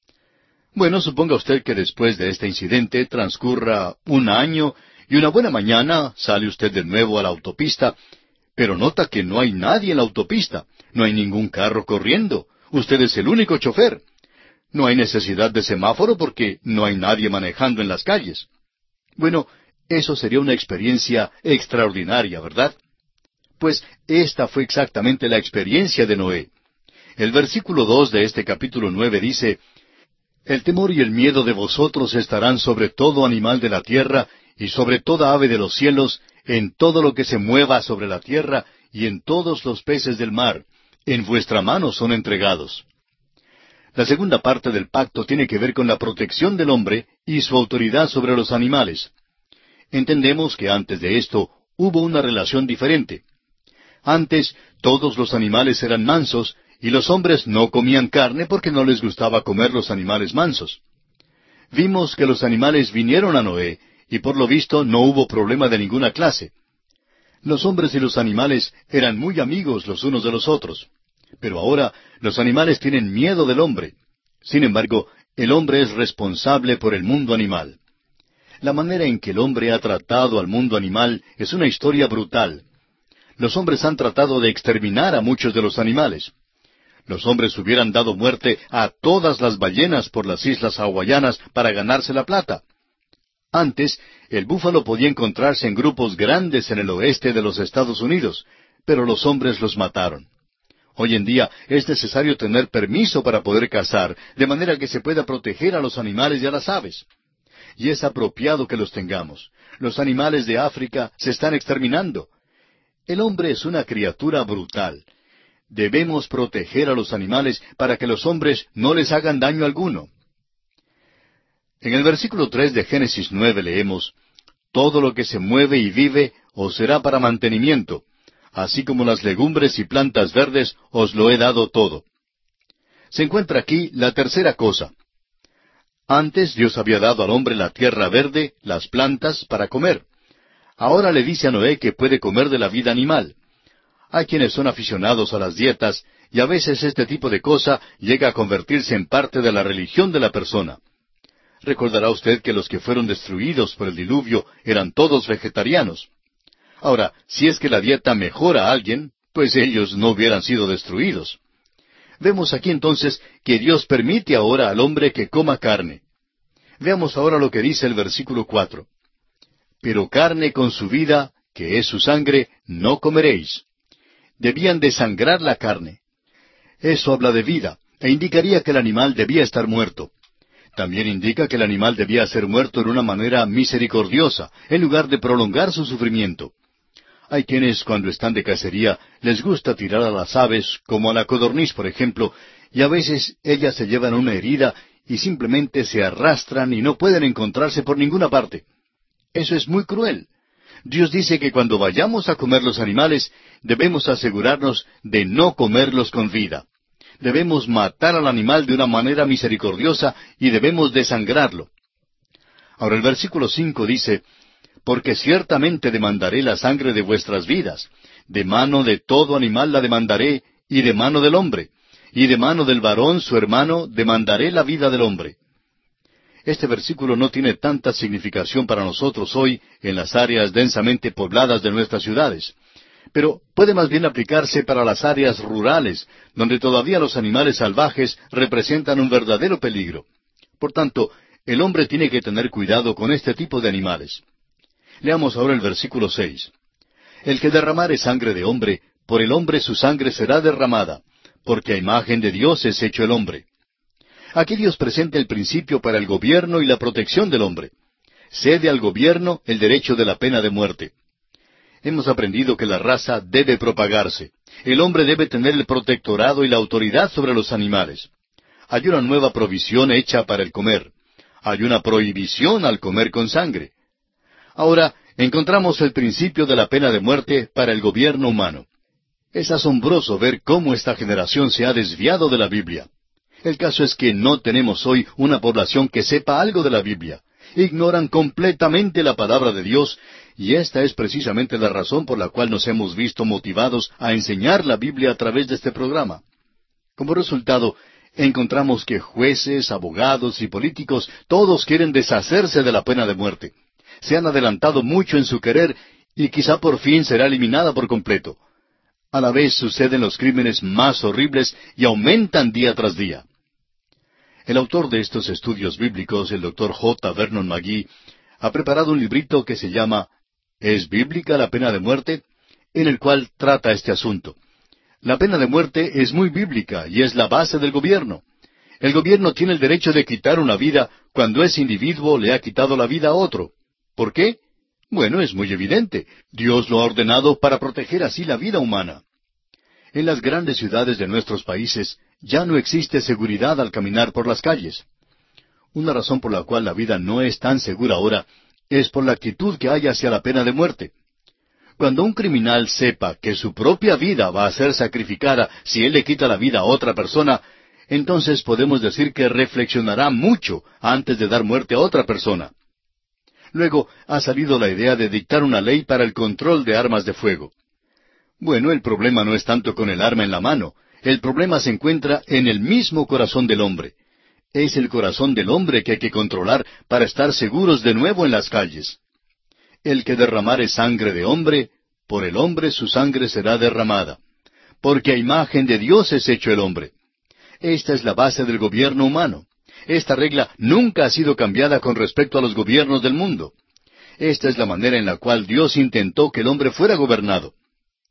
Bueno, suponga usted que después de este incidente transcurra un año y una buena mañana sale usted de nuevo a la autopista, pero nota que no hay nadie en la autopista, no hay ningún carro corriendo, usted es el único chofer. No hay necesidad de semáforo porque no hay nadie manejando en las calles. Bueno, eso sería una experiencia extraordinaria, ¿verdad? Pues esta fue exactamente la experiencia de Noé. El versículo 2 de este capítulo 9 dice, «El temor y el miedo de vosotros estarán sobre todo animal de la tierra, y sobre toda ave de los cielos, en todo lo que se mueva sobre la tierra, y en todos los peces del mar. En vuestra mano son entregados». La segunda parte del pacto tiene que ver con la protección del hombre y su autoridad sobre los animales. Entendemos que antes de esto hubo una relación diferente. Antes todos los animales eran mansos y los hombres no comían carne porque no les gustaba comer los animales mansos. Vimos que los animales vinieron a Noé y por lo visto no hubo problema de ninguna clase. Los hombres y los animales eran muy amigos los unos de los otros. Pero ahora los animales tienen miedo del hombre. Sin embargo, el hombre es responsable por el mundo animal. La manera en que el hombre ha tratado al mundo animal es una historia brutal. Los hombres han tratado de exterminar a muchos de los animales. Los hombres hubieran dado muerte a todas las ballenas por las islas hawaianas para ganarse la plata. Antes, el búfalo podía encontrarse en grupos grandes en el oeste de los Estados Unidos, pero los hombres los mataron. Hoy en día es necesario tener permiso para poder cazar, de manera que se pueda proteger a los animales y a las aves. Y es apropiado que los tengamos. Los animales de África se están exterminando. El hombre es una criatura brutal. Debemos proteger a los animales para que los hombres no les hagan daño alguno. En el versículo 3 de Génesis 9 leemos, «Todo lo que se mueve y vive os será para mantenimiento, así como las legumbres y plantas verdes os lo he dado todo». Se encuentra aquí la tercera cosa. Antes Dios había dado al hombre la tierra verde, las plantas, para comer. Ahora le dice a Noé que puede comer de la vida animal. Hay quienes son aficionados a las dietas, y a veces este tipo de cosa llega a convertirse en parte de la religión de la persona. Recordará usted que los que fueron destruidos por el diluvio eran todos vegetarianos. Ahora, si es que la dieta mejora a alguien, pues ellos no hubieran sido destruidos. Vemos aquí entonces que Dios permite ahora al hombre que coma carne. Veamos ahora lo que dice el versículo 4. «Pero carne con su vida, que es su sangre, no comeréis». Debían desangrar la carne. Eso habla de vida, e indicaría que el animal debía estar muerto. También indica que el animal debía ser muerto en una manera misericordiosa, en lugar de prolongar su sufrimiento. Hay quienes, cuando están de cacería, les gusta tirar a las aves, como a la codorniz, por ejemplo, y a veces ellas se llevan una herida y simplemente se arrastran y no pueden encontrarse por ninguna parte. Eso es muy cruel. Dios dice que cuando vayamos a comer los animales, debemos asegurarnos de no comerlos con vida. Debemos matar al animal de una manera misericordiosa y debemos desangrarlo. Ahora el versículo 5 dice, «Porque ciertamente demandaré la sangre de vuestras vidas, de mano de todo animal la demandaré, y de mano del hombre, y de mano del varón su hermano demandaré la vida del hombre». Este versículo no tiene tanta significación para nosotros hoy en las áreas densamente pobladas de nuestras ciudades, pero puede más bien aplicarse para las áreas rurales, donde todavía los animales salvajes representan un verdadero peligro. Por tanto, el hombre tiene que tener cuidado con este tipo de animales. Leamos ahora el versículo 6. «El que derramare sangre de hombre, por el hombre su sangre será derramada, porque a imagen de Dios es hecho el hombre». Aquí Dios presenta el principio para el gobierno y la protección del hombre. Cede al gobierno el derecho de la pena de muerte. Hemos aprendido que la raza debe propagarse. El hombre debe tener el protectorado y la autoridad sobre los animales. Hay una nueva provisión hecha para el comer. Hay una prohibición al comer con sangre. Ahora, encontramos el principio de la pena de muerte para el gobierno humano. Es asombroso ver cómo esta generación se ha desviado de la Biblia. El caso es que no tenemos hoy una población que sepa algo de la Biblia. Ignoran completamente la palabra de Dios, y esta es precisamente la razón por la cual nos hemos visto motivados a enseñar la Biblia a través de este programa. Como resultado, encontramos que jueces, abogados y políticos todos quieren deshacerse de la pena de muerte. Se han adelantado mucho en su querer y quizá por fin será eliminada por completo. A la vez suceden los crímenes más horribles y aumentan día tras día. El autor de estos estudios bíblicos, el Dr. J. Vernon McGee, ha preparado un librito que se llama ¿Es bíblica la pena de muerte?, en el cual trata este asunto. La pena de muerte es muy bíblica y es la base del gobierno. El gobierno tiene el derecho de quitar una vida cuando ese individuo le ha quitado la vida a otro. ¿Por qué? Bueno, es muy evidente. Dios lo ha ordenado para proteger así la vida humana. En las grandes ciudades de nuestros países ya no existe seguridad al caminar por las calles. Una razón por la cual la vida no es tan segura ahora es por la actitud que hay hacia la pena de muerte. Cuando un criminal sepa que su propia vida va a ser sacrificada si él le quita la vida a otra persona, entonces podemos decir que reflexionará mucho antes de dar muerte a otra persona. Luego ha salido la idea de dictar una ley para el control de armas de fuego. Bueno, el problema no es tanto con el arma en la mano. El problema se encuentra en el mismo corazón del hombre. Es el corazón del hombre que hay que controlar para estar seguros de nuevo en las calles. El que derramare sangre de hombre, por el hombre su sangre será derramada. Porque a imagen de Dios es hecho el hombre. Esta es la base del gobierno humano. Esta regla nunca ha sido cambiada con respecto a los gobiernos del mundo. Esta es la manera en la cual Dios intentó que el hombre fuera gobernado.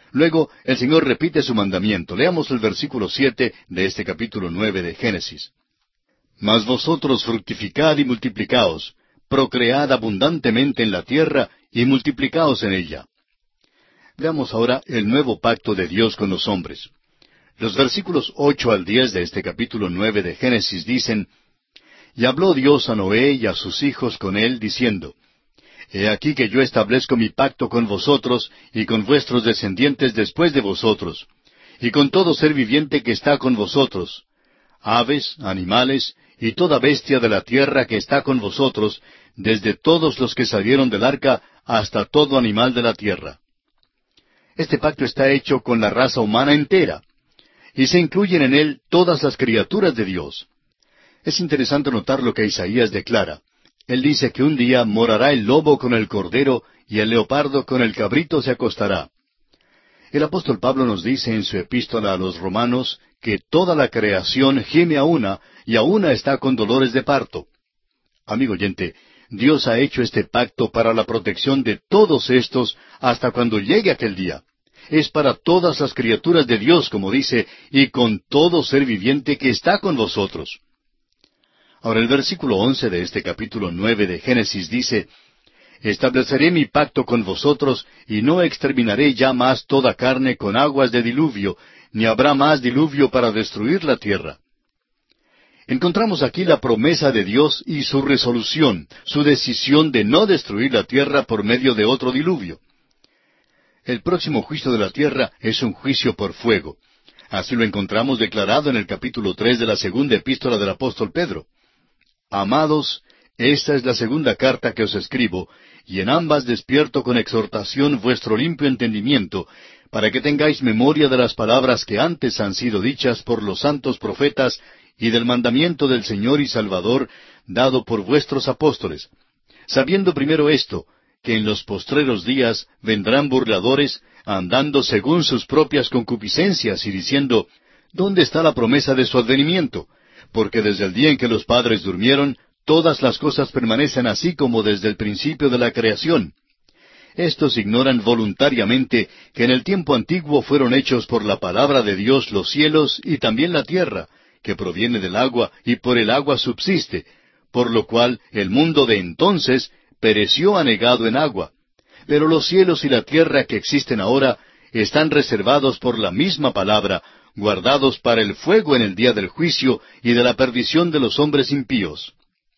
Luego, el Señor repite su mandamiento. Leamos el versículo 7 de este capítulo 9 de Génesis. Mas vosotros fructificad y multiplicaos, procread abundantemente en la tierra y multiplicaos en ella. Veamos ahora el nuevo pacto de Dios con los hombres. Los versículos 8 al 10 de este capítulo 9 de Génesis dicen, Y habló Dios a Noé y a sus hijos con él, diciendo, He aquí que yo establezco mi pacto con vosotros y con vuestros descendientes después de vosotros, y con todo ser viviente que está con vosotros, aves, animales, y toda bestia de la tierra que está con vosotros, desde todos los que salieron del arca hasta todo animal de la tierra. Este pacto está hecho con la raza humana entera, y se incluyen en él todas las criaturas de Dios. Es interesante notar lo que Isaías declara. Él dice que un día morará el lobo con el cordero, y el leopardo con el cabrito se acostará. El apóstol Pablo nos dice en su epístola a los Romanos que toda la creación gime a una, y a una está con dolores de parto. Amigo oyente, Dios ha hecho este pacto para la protección de todos estos hasta cuando llegue aquel día. Es para todas las criaturas de Dios, como dice, y con todo ser viviente que está con vosotros. Ahora el versículo 11 de este capítulo 9 de Génesis dice, Estableceré mi pacto con vosotros, y no exterminaré ya más toda carne con aguas de diluvio, ni habrá más diluvio para destruir la tierra. Encontramos aquí la promesa de Dios y su resolución, su decisión de no destruir la tierra por medio de otro diluvio. El próximo juicio de la tierra es un juicio por fuego. Así lo encontramos declarado en el capítulo 3 de la segunda epístola del apóstol Pedro. Amados, esta es la segunda carta que os escribo, y en ambas despierto con exhortación vuestro limpio entendimiento, para que tengáis memoria de las palabras que antes han sido dichas por los santos profetas, y del mandamiento del Señor y Salvador, dado por vuestros apóstoles, sabiendo primero esto, que en los postreros días vendrán burladores, andando según sus propias concupiscencias, y diciendo, ¿dónde está la promesa de su advenimiento? Porque desde el día en que los padres durmieron, todas las cosas permanecen así como desde el principio de la creación. Estos ignoran voluntariamente que en el tiempo antiguo fueron hechos por la palabra de Dios los cielos y también la tierra, que proviene del agua y por el agua subsiste, por lo cual el mundo de entonces pereció anegado en agua. Pero los cielos y la tierra que existen ahora están reservados por la misma palabra, guardados para el fuego en el día del juicio y de la perdición de los hombres impíos.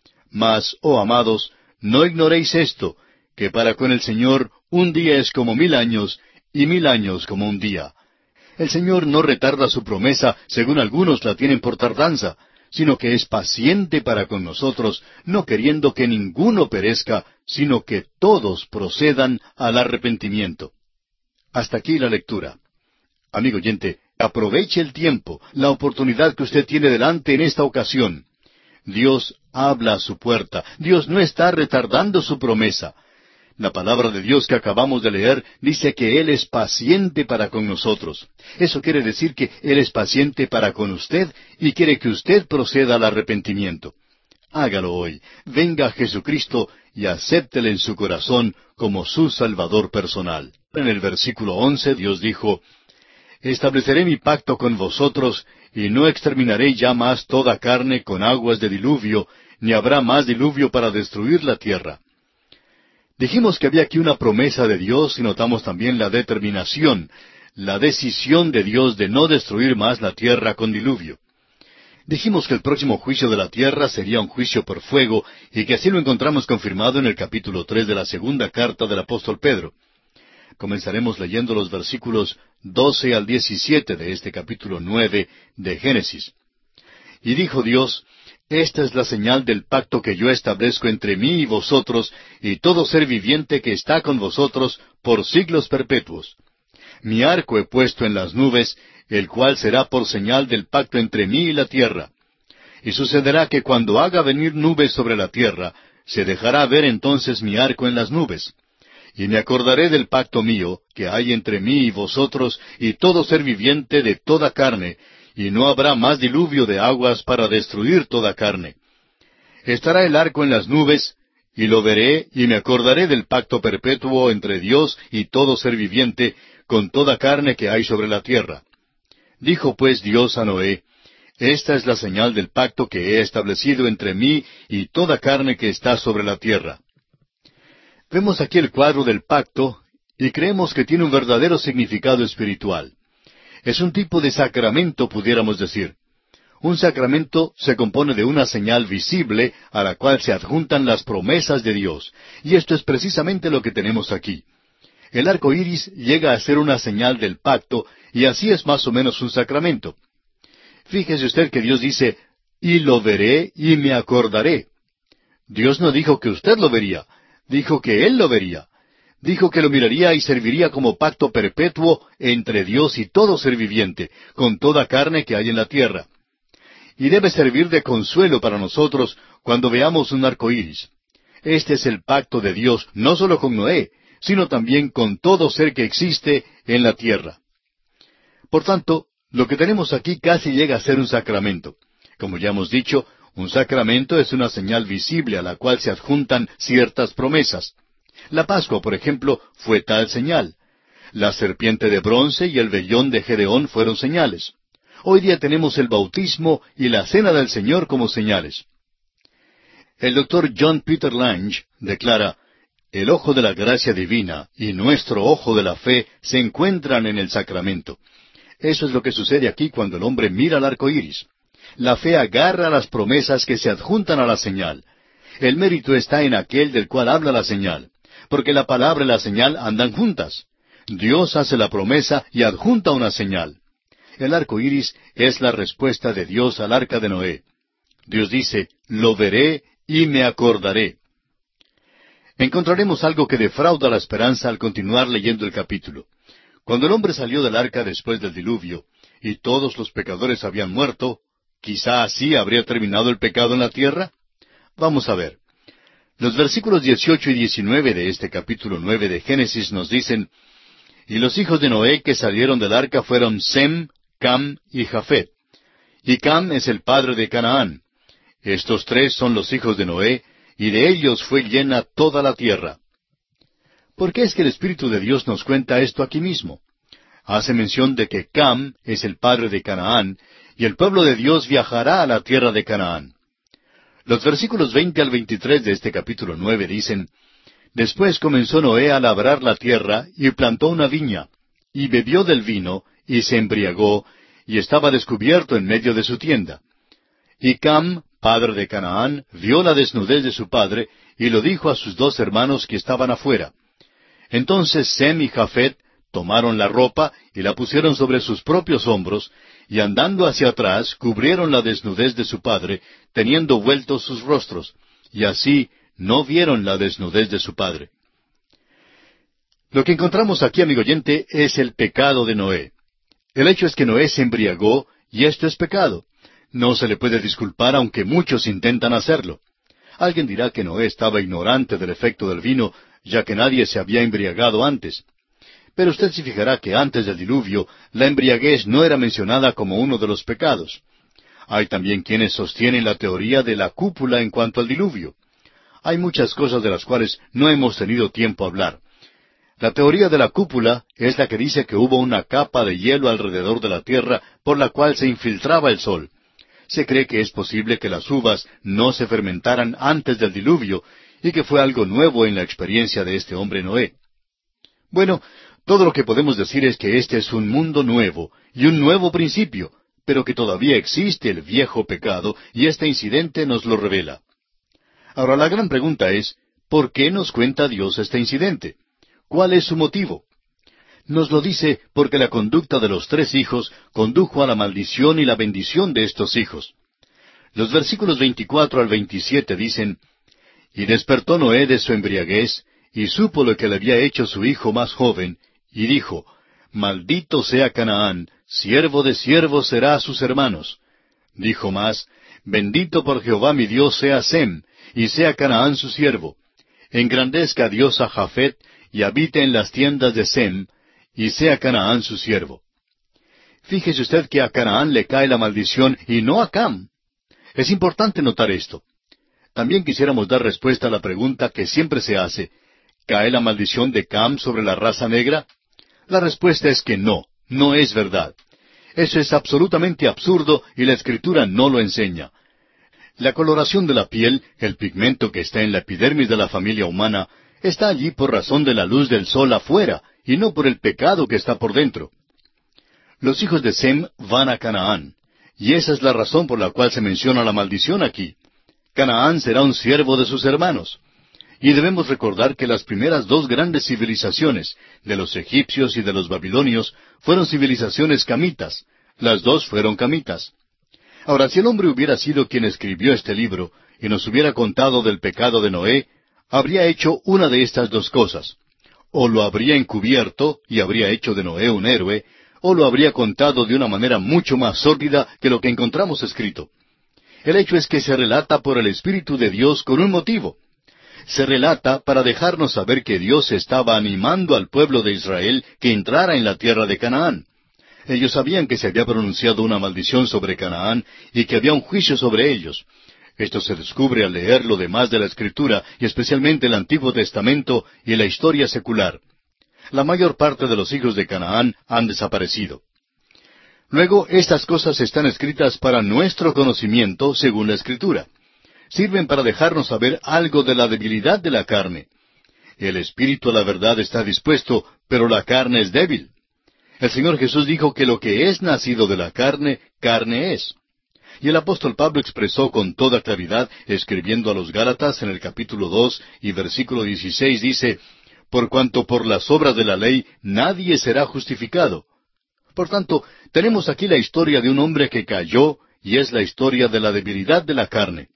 Mas, oh amados, no ignoréis esto, que para con el Señor un día es como 1000 años, y 1000 años como un día. El Señor no retarda su promesa, según algunos la tienen por tardanza, sino que es paciente para con nosotros, no queriendo que ninguno perezca, sino que todos procedan al arrepentimiento. Hasta aquí la lectura. Amigo oyente, aproveche el tiempo, la oportunidad que usted tiene delante en esta ocasión. Dios habla a su puerta. Dios no está retardando su promesa. La palabra de Dios que acabamos de leer dice que Él es paciente para con nosotros. Eso quiere decir que Él es paciente para con usted y quiere que usted proceda al arrepentimiento. Hágalo hoy. Venga a Jesucristo y acéptele en su corazón como su Salvador personal. En el versículo 11 Dios dijo, Estableceré mi pacto con vosotros y no exterminaré ya más toda carne con aguas de diluvio, ni habrá más diluvio para destruir la tierra. Dijimos que había aquí una promesa de Dios y notamos también la determinación, la decisión de Dios de no destruir más la tierra con diluvio. Dijimos que el próximo juicio de la tierra sería un juicio por fuego y que así lo encontramos confirmado en el capítulo 3 de la segunda carta del apóstol Pedro. Comenzaremos leyendo los versículos 12 al 17 de este capítulo 9 de Génesis. Y dijo Dios, Esta es la señal del pacto que yo establezco entre mí y vosotros y todo ser viviente que está con vosotros por siglos perpetuos. Mi arco he puesto en las nubes, el cual será por señal del pacto entre mí y la tierra. Y sucederá que cuando haga venir nubes sobre la tierra, se dejará ver entonces mi arco en las nubes. Y me acordaré del pacto mío, que hay entre mí y vosotros y todo ser viviente de toda carne, y no habrá más diluvio de aguas para destruir toda carne. Estará el arco en las nubes, y lo veré, y me acordaré del pacto perpetuo entre Dios y todo ser viviente, con toda carne que hay sobre la tierra. Dijo pues Dios a Noé, esta es la señal del pacto que he establecido entre mí y toda carne que está sobre la tierra. Vemos aquí el cuadro del pacto, y creemos que tiene un verdadero significado espiritual. Es un tipo de sacramento, pudiéramos decir. Un sacramento se compone de una señal visible a la cual se adjuntan las promesas de Dios, y esto es precisamente lo que tenemos aquí. El arco iris llega a ser una señal del pacto, y así es más o menos un sacramento. Fíjese usted que Dios dice, y lo veré y me acordaré. Dios no dijo que usted lo vería, dijo que Él lo vería. Dijo que lo miraría y serviría como pacto perpetuo entre Dios y todo ser viviente, con toda carne que hay en la tierra. Y debe servir de consuelo para nosotros cuando veamos un arco iris. Este es el pacto de Dios, no solo con Noé, sino también con todo ser que existe en la tierra. Por tanto, lo que tenemos aquí casi llega a ser un sacramento. Como ya hemos dicho, un sacramento es una señal visible a la cual se adjuntan ciertas promesas. La Pascua, por ejemplo, fue tal señal. La serpiente de bronce y el vellón de Gedeón fueron señales. Hoy día tenemos el bautismo y la cena del Señor como señales. El doctor John Peter Lange declara, el ojo de la gracia divina y nuestro ojo de la fe se encuentran en el sacramento. Eso es lo que sucede aquí cuando el hombre mira al arco iris. La fe agarra las promesas que se adjuntan a la señal. El mérito está en aquel del cual habla la señal, porque la palabra y la señal andan juntas. Dios hace la promesa y adjunta una señal. El arco iris es la respuesta de Dios al arca de Noé. Dios dice, lo veré y me acordaré. Encontraremos algo que defrauda la esperanza al continuar leyendo el capítulo. Cuando el hombre salió del arca después del diluvio, y todos los pecadores habían muerto, ¿quizá así habría terminado el pecado en la tierra? Vamos a ver. Los versículos 18 y 19 de este capítulo 9 de Génesis nos dicen, y los hijos de Noé que salieron del arca fueron Sem, Cam y Jafet. Y Cam es el padre de Canaán. Estos tres son los hijos de Noé, y de ellos fue llena toda la tierra. ¿Por qué es que el Espíritu de Dios nos cuenta esto aquí mismo? Hace mención de que Cam es el padre de Canaán, y el pueblo de Dios viajará a la tierra de Canaán. Los versículos 20 al 23 de este capítulo 9 dicen, después comenzó Noé a labrar la tierra, y plantó una viña, y bebió del vino, y se embriagó, y estaba descubierto en medio de su tienda. Y Cam, padre de Canaán, vio la desnudez de su padre, y lo dijo a sus dos hermanos que estaban afuera. Entonces Sem y Jafet tomaron la ropa y la pusieron sobre sus propios hombros, y andando hacia atrás cubrieron la desnudez de su padre, teniendo vueltos sus rostros, y así no vieron la desnudez de su padre. Lo que encontramos aquí, amigo oyente, es el pecado de Noé. El hecho es que Noé se embriagó, y esto es pecado. No se le puede disculpar aunque muchos intentan hacerlo. Alguien dirá que Noé estaba ignorante del efecto del vino, ya que nadie se había embriagado antes. Pero usted se fijará que antes del diluvio, la embriaguez no era mencionada como uno de los pecados. Hay también quienes sostienen la teoría de la cúpula en cuanto al diluvio. Hay muchas cosas de las cuales no hemos tenido tiempo a hablar. La teoría de la cúpula es la que dice que hubo una capa de hielo alrededor de la tierra por la cual se infiltraba el sol. Se cree que es posible que las uvas no se fermentaran antes del diluvio y que fue algo nuevo en la experiencia de este hombre Noé. Bueno, todo lo que podemos decir es que este es un mundo nuevo y un nuevo principio, pero que todavía existe el viejo pecado y este incidente nos lo revela. Ahora la gran pregunta es, ¿por qué nos cuenta Dios este incidente? ¿Cuál es su motivo? Nos lo dice porque la conducta de los tres hijos condujo a la maldición y la bendición de estos hijos. Los versículos 24 al 27 dicen, y despertó Noé de su embriaguez, y supo lo que le había hecho su hijo más joven, y dijo, maldito sea Canaán, siervo de siervos será a sus hermanos. Dijo más, bendito por Jehová mi Dios sea Sem, y sea Canaán su siervo. Engrandezca Dios a Jafet, y habite en las tiendas de Sem, y sea Canaán su siervo. Fíjese usted que a Canaán le cae la maldición y no a Cam. Es importante notar esto. También quisiéramos dar respuesta a la pregunta que siempre se hace: ¿cae la maldición de Cam sobre la raza negra? La respuesta es que no, no es verdad. Eso es absolutamente absurdo y la Escritura no lo enseña. La coloración de la piel, el pigmento que está en la epidermis de la familia humana, está allí por razón de la luz del sol afuera, y no por el pecado que está por dentro. Los hijos de Sem van a Canaán, y esa es la razón por la cual se menciona la maldición aquí. Canaán será un siervo de sus hermanos. Y debemos recordar que las primeras dos grandes civilizaciones, de los egipcios y de los babilonios, fueron civilizaciones camitas. Las dos fueron camitas. Ahora, si el hombre hubiera sido quien escribió este libro y nos hubiera contado del pecado de Noé, habría hecho una de estas dos cosas. O lo habría encubierto y habría hecho de Noé un héroe, o lo habría contado de una manera mucho más sórdida que lo que encontramos escrito. El hecho es que se relata por el Espíritu de Dios con un motivo. Se relata para dejarnos saber que Dios estaba animando al pueblo de Israel que entrara en la tierra de Canaán. Ellos sabían que se había pronunciado una maldición sobre Canaán y que había un juicio sobre ellos. Esto se descubre al leer lo demás de la Escritura, y especialmente el Antiguo Testamento y la historia secular. La mayor parte de los hijos de Canaán han desaparecido. Luego, estas cosas están escritas para nuestro conocimiento según la Escritura. Sirven para dejarnos saber algo de la debilidad de la carne. El espíritu a la verdad está dispuesto, pero la carne es débil. El Señor Jesús dijo que lo que es nacido de la carne, carne es. Y el apóstol Pablo expresó con toda claridad, escribiendo a los Gálatas en el capítulo 2 y versículo 16, dice: por cuanto por las obras de la ley nadie será justificado. Por tanto, tenemos aquí la historia de un hombre que cayó, y es la historia de la debilidad de la carne.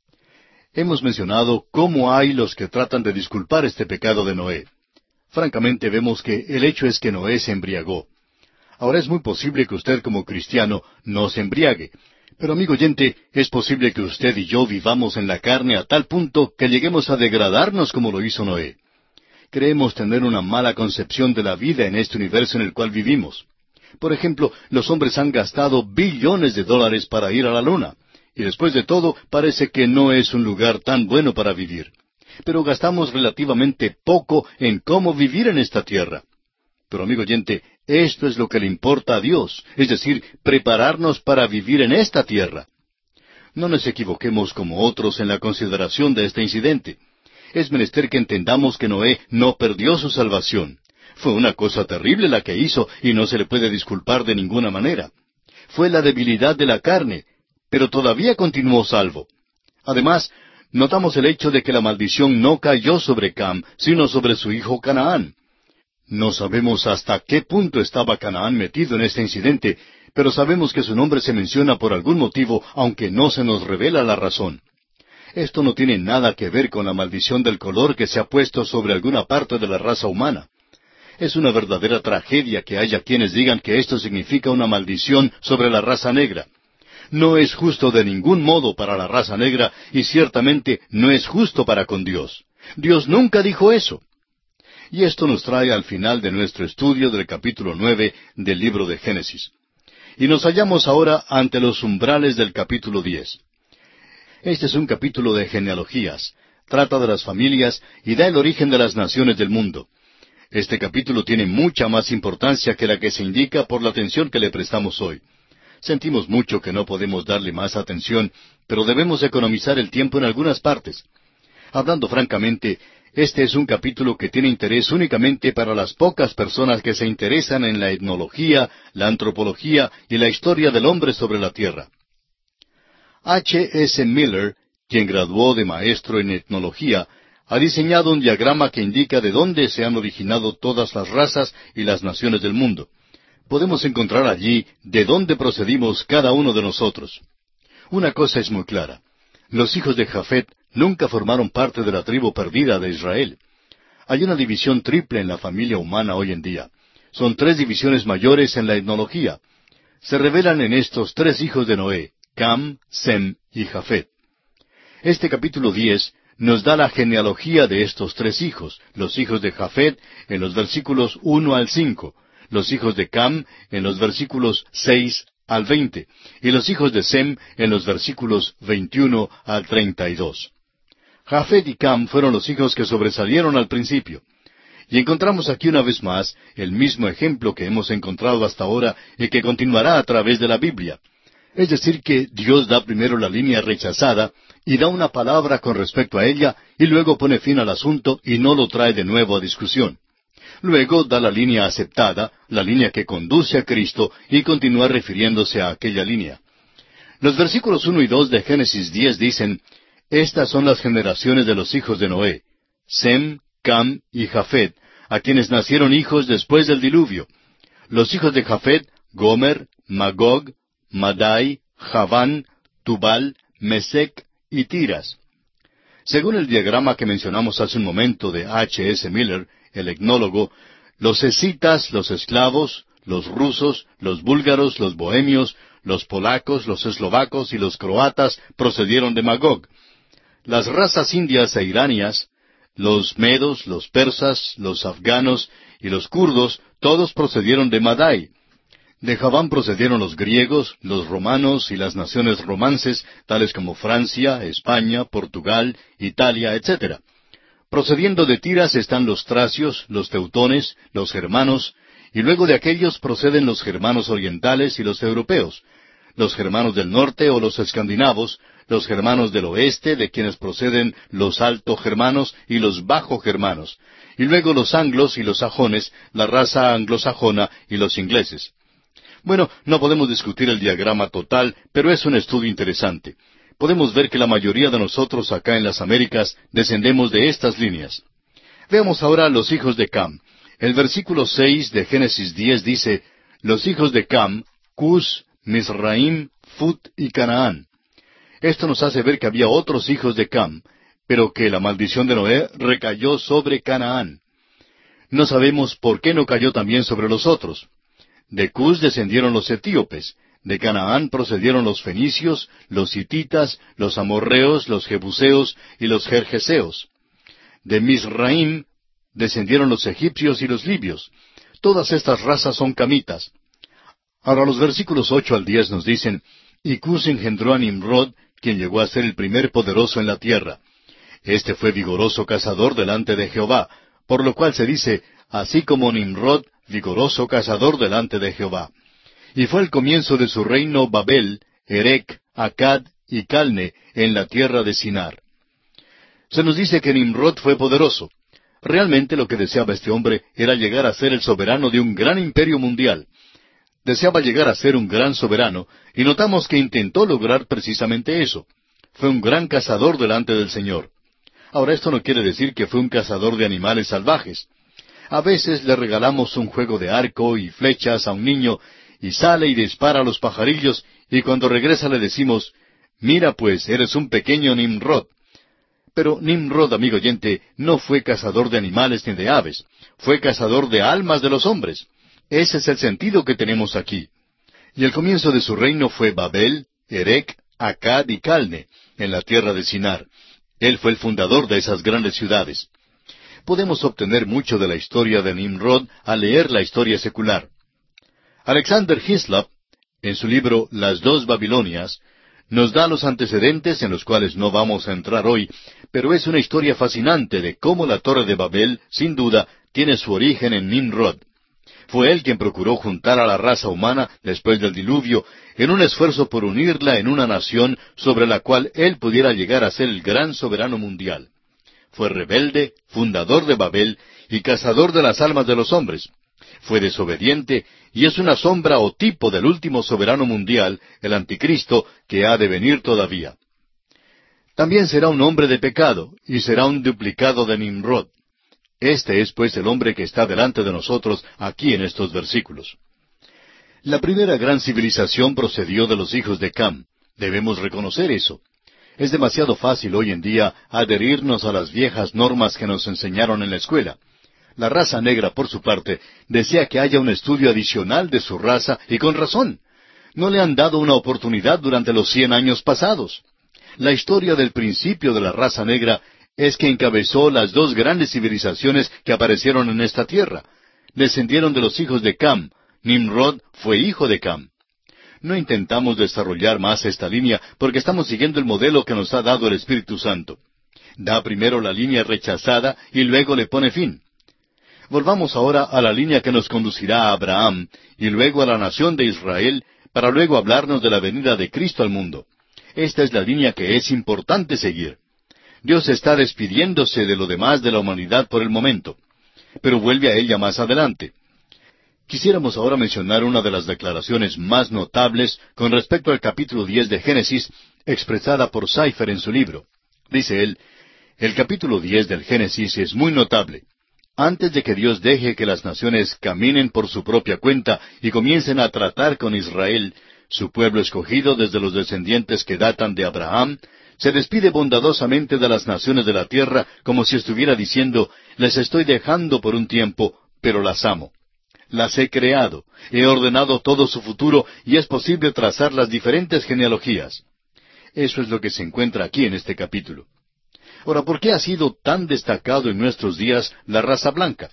Hemos mencionado cómo hay los que tratan de disculpar este pecado de Noé. Francamente vemos que el hecho es que Noé se embriagó. Ahora es muy posible que usted como cristiano no se embriague. Pero amigo oyente, es posible que usted y yo vivamos en la carne a tal punto que lleguemos a degradarnos como lo hizo Noé. Creemos tener una mala concepción de la vida en este universo en el cual vivimos. Por ejemplo, los hombres han gastado billones de dólares para ir a la luna. Y después de todo, parece que no es un lugar tan bueno para vivir. Pero gastamos relativamente poco en cómo vivir en esta tierra. Pero amigo oyente, esto es lo que le importa a Dios, es decir, prepararnos para vivir en esta tierra. No nos equivoquemos como otros en la consideración de este incidente. Es menester que entendamos que Noé no perdió su salvación. Fue una cosa terrible la que hizo y no se le puede disculpar de ninguna manera. Fue la debilidad de la carne, pero todavía continuó salvo. Además, notamos el hecho de que la maldición no cayó sobre Cam, sino sobre su hijo Canaán. No sabemos hasta qué punto estaba Canaán metido en este incidente, pero sabemos que su nombre se menciona por algún motivo, aunque no se nos revela la razón. Esto no tiene nada que ver con la maldición del color que se ha puesto sobre alguna parte de la raza humana. Es una verdadera tragedia que haya quienes digan que esto significa una maldición sobre la raza negra. No es justo de ningún modo para la raza negra y ciertamente no es justo para con Dios. Dios nunca dijo eso. Y esto nos trae al final de nuestro estudio del capítulo 9 del libro de Génesis. Y nos hallamos ahora ante los umbrales del capítulo 10. Este es un capítulo de genealogías. Trata de las familias y da el origen de las naciones del mundo. Este capítulo tiene mucha más importancia que la que se indica por la atención que le prestamos hoy. Sentimos mucho que no podemos darle más atención, pero debemos economizar el tiempo en algunas partes. Hablando francamente, este es un capítulo que tiene interés únicamente para las pocas personas que se interesan en la etnología, la antropología y la historia del hombre sobre la tierra. H. S. Miller, quien graduó de maestro en etnología, ha diseñado un diagrama que indica de dónde se han originado todas las razas y las naciones del mundo. Podemos encontrar allí de dónde procedimos cada uno de nosotros. Una cosa es muy clara. Los hijos de Jafet nunca formaron parte de la tribu perdida de Israel. Hay una división triple en la familia humana hoy en día. Son 3 divisiones mayores en la etnología. Se revelan en estos 3 hijos de Noé: Cam, Sem y Jafet. Este capítulo 10 nos da la genealogía de estos 3 hijos, los hijos de Jafet en los versículos 1 al 5, los hijos de Cam en los versículos 6 al 20, y los hijos de Sem en los versículos 21 al 32. Jafet y Cam fueron los hijos que sobresalieron al principio. Y encontramos aquí una vez más el mismo ejemplo que hemos encontrado hasta ahora y que continuará a través de la Biblia. Es decir, que Dios da primero la línea rechazada y da una palabra con respecto a ella y luego pone fin al asunto y no lo trae de nuevo a discusión. Luego da la línea aceptada, la línea que conduce a Cristo y continúa refiriéndose a aquella línea. Los versículos 1 y 2 de Génesis 10 dicen, Estas son las generaciones de los hijos de Noé, Sem, Cam y Jafet, a quienes nacieron hijos después del diluvio. Los hijos de Jafet, Gomer, Magog, Madai, Javán, Tubal, Mesec y Tiras. Según el diagrama que mencionamos hace un momento de H. S. Miller, el etnólogo, los escitas, los esclavos, los rusos, los búlgaros, los bohemios, los polacos, los eslovacos y los croatas procedieron de Magog. Las razas indias e iranias, los medos, los persas, los afganos y los kurdos, todos procedieron de Madai. De Javán procedieron los griegos, los romanos y las naciones romances, tales como Francia, España, Portugal, Italia, etc. Procediendo de Tiras están los tracios, los teutones, los germanos, y luego de aquellos proceden los germanos orientales y los europeos, los germanos del norte o los escandinavos, los germanos del oeste, de quienes proceden los alto germanos y los bajo germanos, y luego los anglos y los sajones, la raza anglosajona y los ingleses. Bueno, no podemos discutir el diagrama total, pero es un estudio interesante. Podemos ver que la mayoría de nosotros acá en las Américas descendemos de estas líneas. Veamos ahora los hijos de Cam. El versículo 6 de Génesis 10 dice, Los hijos de Cam, Cus, Misraim, Fut y Canaán. Esto nos hace ver que había otros hijos de Cam, pero que la maldición de Noé recayó sobre Canaán. No sabemos por qué no cayó también sobre los otros. De Cus descendieron los etíopes, de Canaán procedieron los fenicios, los hititas, los amorreos, los jebuseos y los gergeseos. De Misraim descendieron los egipcios y los libios. Todas estas razas son camitas. Ahora los versículos 8 al 10 nos dicen, Y Cus engendró a Nimrod, quien llegó a ser el primer poderoso en la tierra. Este fue vigoroso cazador delante de Jehová, por lo cual se dice, así como Nimrod, vigoroso cazador delante de Jehová. Y fue el comienzo de su reino Babel, Erec, Acad y Calne, en la tierra de Sinar. Se nos dice que Nimrod fue poderoso. Realmente lo que deseaba este hombre era llegar a ser el soberano de un gran imperio mundial. Deseaba llegar a ser un gran soberano, y notamos que intentó lograr precisamente eso. Fue un gran cazador delante del Señor. Ahora, esto no quiere decir que fue un cazador de animales salvajes. A veces le regalamos un juego de arco y flechas a un niño, y sale y dispara a los pajarillos, y cuando regresa le decimos, mira pues, eres un pequeño Nimrod. Pero Nimrod, amigo oyente, no fue cazador de animales ni de aves, fue cazador de almas de los hombres. Ese es el sentido que tenemos aquí. Y el comienzo de su reino fue Babel, Erec, Acad y Calne, en la tierra de Sinar. Él fue el fundador de esas grandes ciudades. Podemos obtener mucho de la historia de Nimrod al leer la historia secular. Alexander Hislop, en su libro Las dos Babilonias, nos da los antecedentes en los cuales no vamos a entrar hoy, pero es una historia fascinante de cómo la Torre de Babel, sin duda, tiene su origen en Nimrod. Fue él quien procuró juntar a la raza humana después del diluvio en un esfuerzo por unirla en una nación sobre la cual él pudiera llegar a ser el gran soberano mundial. Fue rebelde, fundador de Babel y cazador de las almas de los hombres. Fue desobediente y es una sombra o tipo del último soberano mundial, el anticristo, que ha de venir todavía. También será un hombre de pecado y será un duplicado de Nimrod. Este es pues el hombre que está delante de nosotros aquí en estos versículos. La primera gran civilización procedió de los hijos de Cam. Debemos reconocer eso. Es demasiado fácil hoy en día adherirnos a las viejas normas que nos enseñaron en la escuela. La raza negra, por su parte, desea que haya un estudio adicional de su raza, y con razón. No le han dado una oportunidad durante los 100 años pasados. La historia del principio de la raza negra es que encabezó las dos grandes civilizaciones que aparecieron en esta tierra. Descendieron de los hijos de Cam. Nimrod fue hijo de Cam. No intentamos desarrollar más esta línea porque estamos siguiendo el modelo que nos ha dado el Espíritu Santo. Da primero la línea rechazada y luego le pone fin. Volvamos ahora a la línea que nos conducirá a Abraham y luego a la nación de Israel, para luego hablarnos de la venida de Cristo al mundo. Esta es la línea que es importante seguir. Dios está despidiéndose de lo demás de la humanidad por el momento, pero vuelve a ella más adelante. Quisiéramos ahora mencionar una de las declaraciones más notables con respecto al capítulo 10 de Génesis, expresada por Seifer en su libro. Dice él, el capítulo 10 del Génesis es muy notable. Antes de que Dios deje que las naciones caminen por su propia cuenta y comiencen a tratar con Israel, su pueblo escogido desde los descendientes que datan de Abraham, se despide bondadosamente de las naciones de la tierra como si estuviera diciendo, les estoy dejando por un tiempo, pero las amo. Las he creado, he ordenado todo su futuro y es posible trazar las diferentes genealogías. Eso es lo que se encuentra aquí en este capítulo. Ahora, ¿por qué ha sido tan destacado en nuestros días la raza blanca?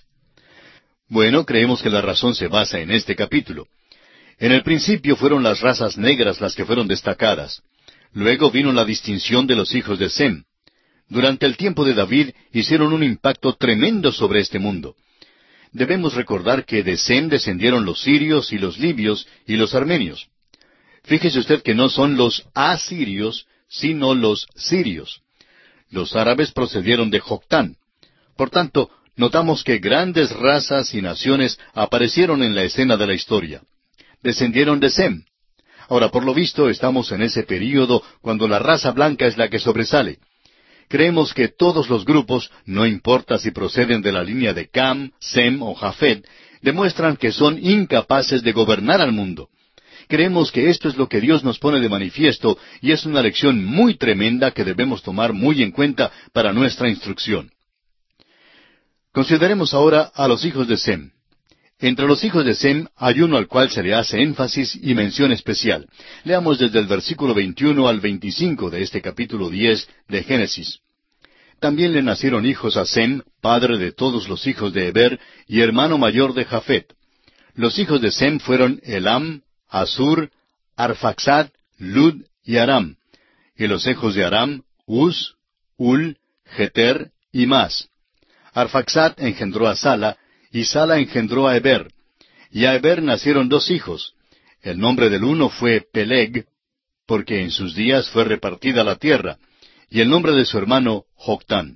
Bueno, creemos que la razón se basa en este capítulo. En el principio fueron las razas negras las que fueron destacadas. Luego vino la distinción de los hijos de Sem. Durante el tiempo de David hicieron un impacto tremendo sobre este mundo. Debemos recordar que de Sem descendieron los sirios y los libios y los armenios. Fíjese usted que no son los asirios, sino los sirios. Los árabes procedieron de Joctán. Por tanto, notamos que grandes razas y naciones aparecieron en la escena de la historia. Descendieron de Sem. Ahora, por lo visto, estamos en ese período cuando la raza blanca es la que sobresale. Creemos que todos los grupos, no importa si proceden de la línea de Cam, Sem o Jafet, demuestran que son incapaces de gobernar al mundo. Creemos que esto es lo que Dios nos pone de manifiesto y es una lección muy tremenda que debemos tomar muy en cuenta para nuestra instrucción. Consideremos ahora a los hijos de Sem. Entre los hijos de Sem hay uno al cual se le hace énfasis y mención especial. Leamos desde el versículo 21 al 25 de este capítulo 10 de Génesis. También le nacieron hijos a Sem, padre de todos los hijos de Heber y hermano mayor de Jafet. Los hijos de Sem fueron Elam, Asur, Arfaxad, Lud y Aram. Y los hijos de Aram, Uz, Ul, Geter y Mas. Arfaxad engendró a Sala, y Sala engendró a Heber. Y a Heber nacieron dos hijos. El nombre del uno fue Peleg, porque en sus días fue repartida la tierra, y el nombre de su hermano Joctán.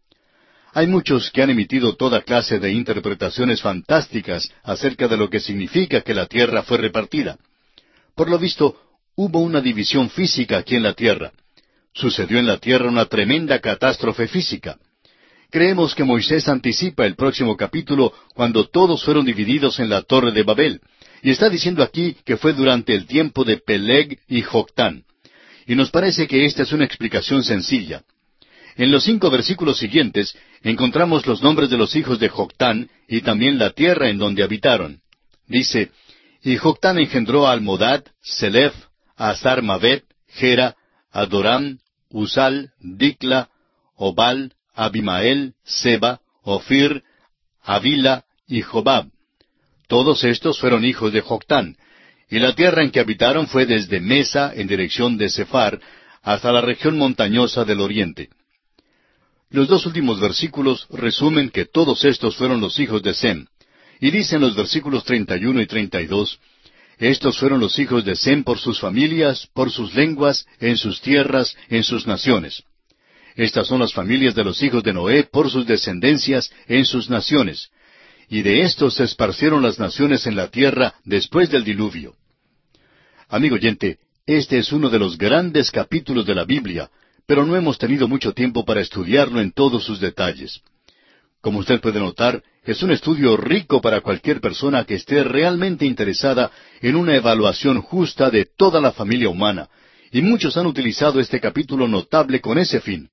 Hay muchos que han emitido toda clase de interpretaciones fantásticas acerca de lo que significa que la tierra fue repartida. Por lo visto, hubo una división física aquí en la tierra. Sucedió en la tierra una tremenda catástrofe física. Creemos que Moisés anticipa el próximo capítulo cuando todos fueron divididos en la Torre de Babel. Y está diciendo aquí que fue durante el tiempo de Peleg y Joctán. Y nos parece que esta es una explicación sencilla. En los 5 versículos siguientes encontramos los nombres de los hijos de Joctán y también la tierra en donde habitaron. Dice, y Joctán engendró a Almodad, Selef, a Sarmavet, Gera, Adoram, Usal, Dicla, Obal, Abimael, Seba, Ofir, Avila y Jobab. Todos estos fueron hijos de Joctán, y la tierra en que habitaron fue desde Mesa en dirección de Sefar hasta la región montañosa del oriente. Los 2 últimos versículos resumen que todos estos fueron los hijos de Sem, y dicen los versículos 31 y 32, estos fueron los hijos de Sem por sus familias, por sus lenguas, en sus tierras, en sus naciones. Estas son las familias de los hijos de Noé por sus descendencias en sus naciones. Y de estos se esparcieron las naciones en la tierra después del diluvio. Amigo oyente, este es uno de los grandes capítulos de la Biblia, pero no hemos tenido mucho tiempo para estudiarlo en todos sus detalles. Como usted puede notar, es un estudio rico para cualquier persona que esté realmente interesada en una evaluación justa de toda la familia humana, y muchos han utilizado este capítulo notable con ese fin.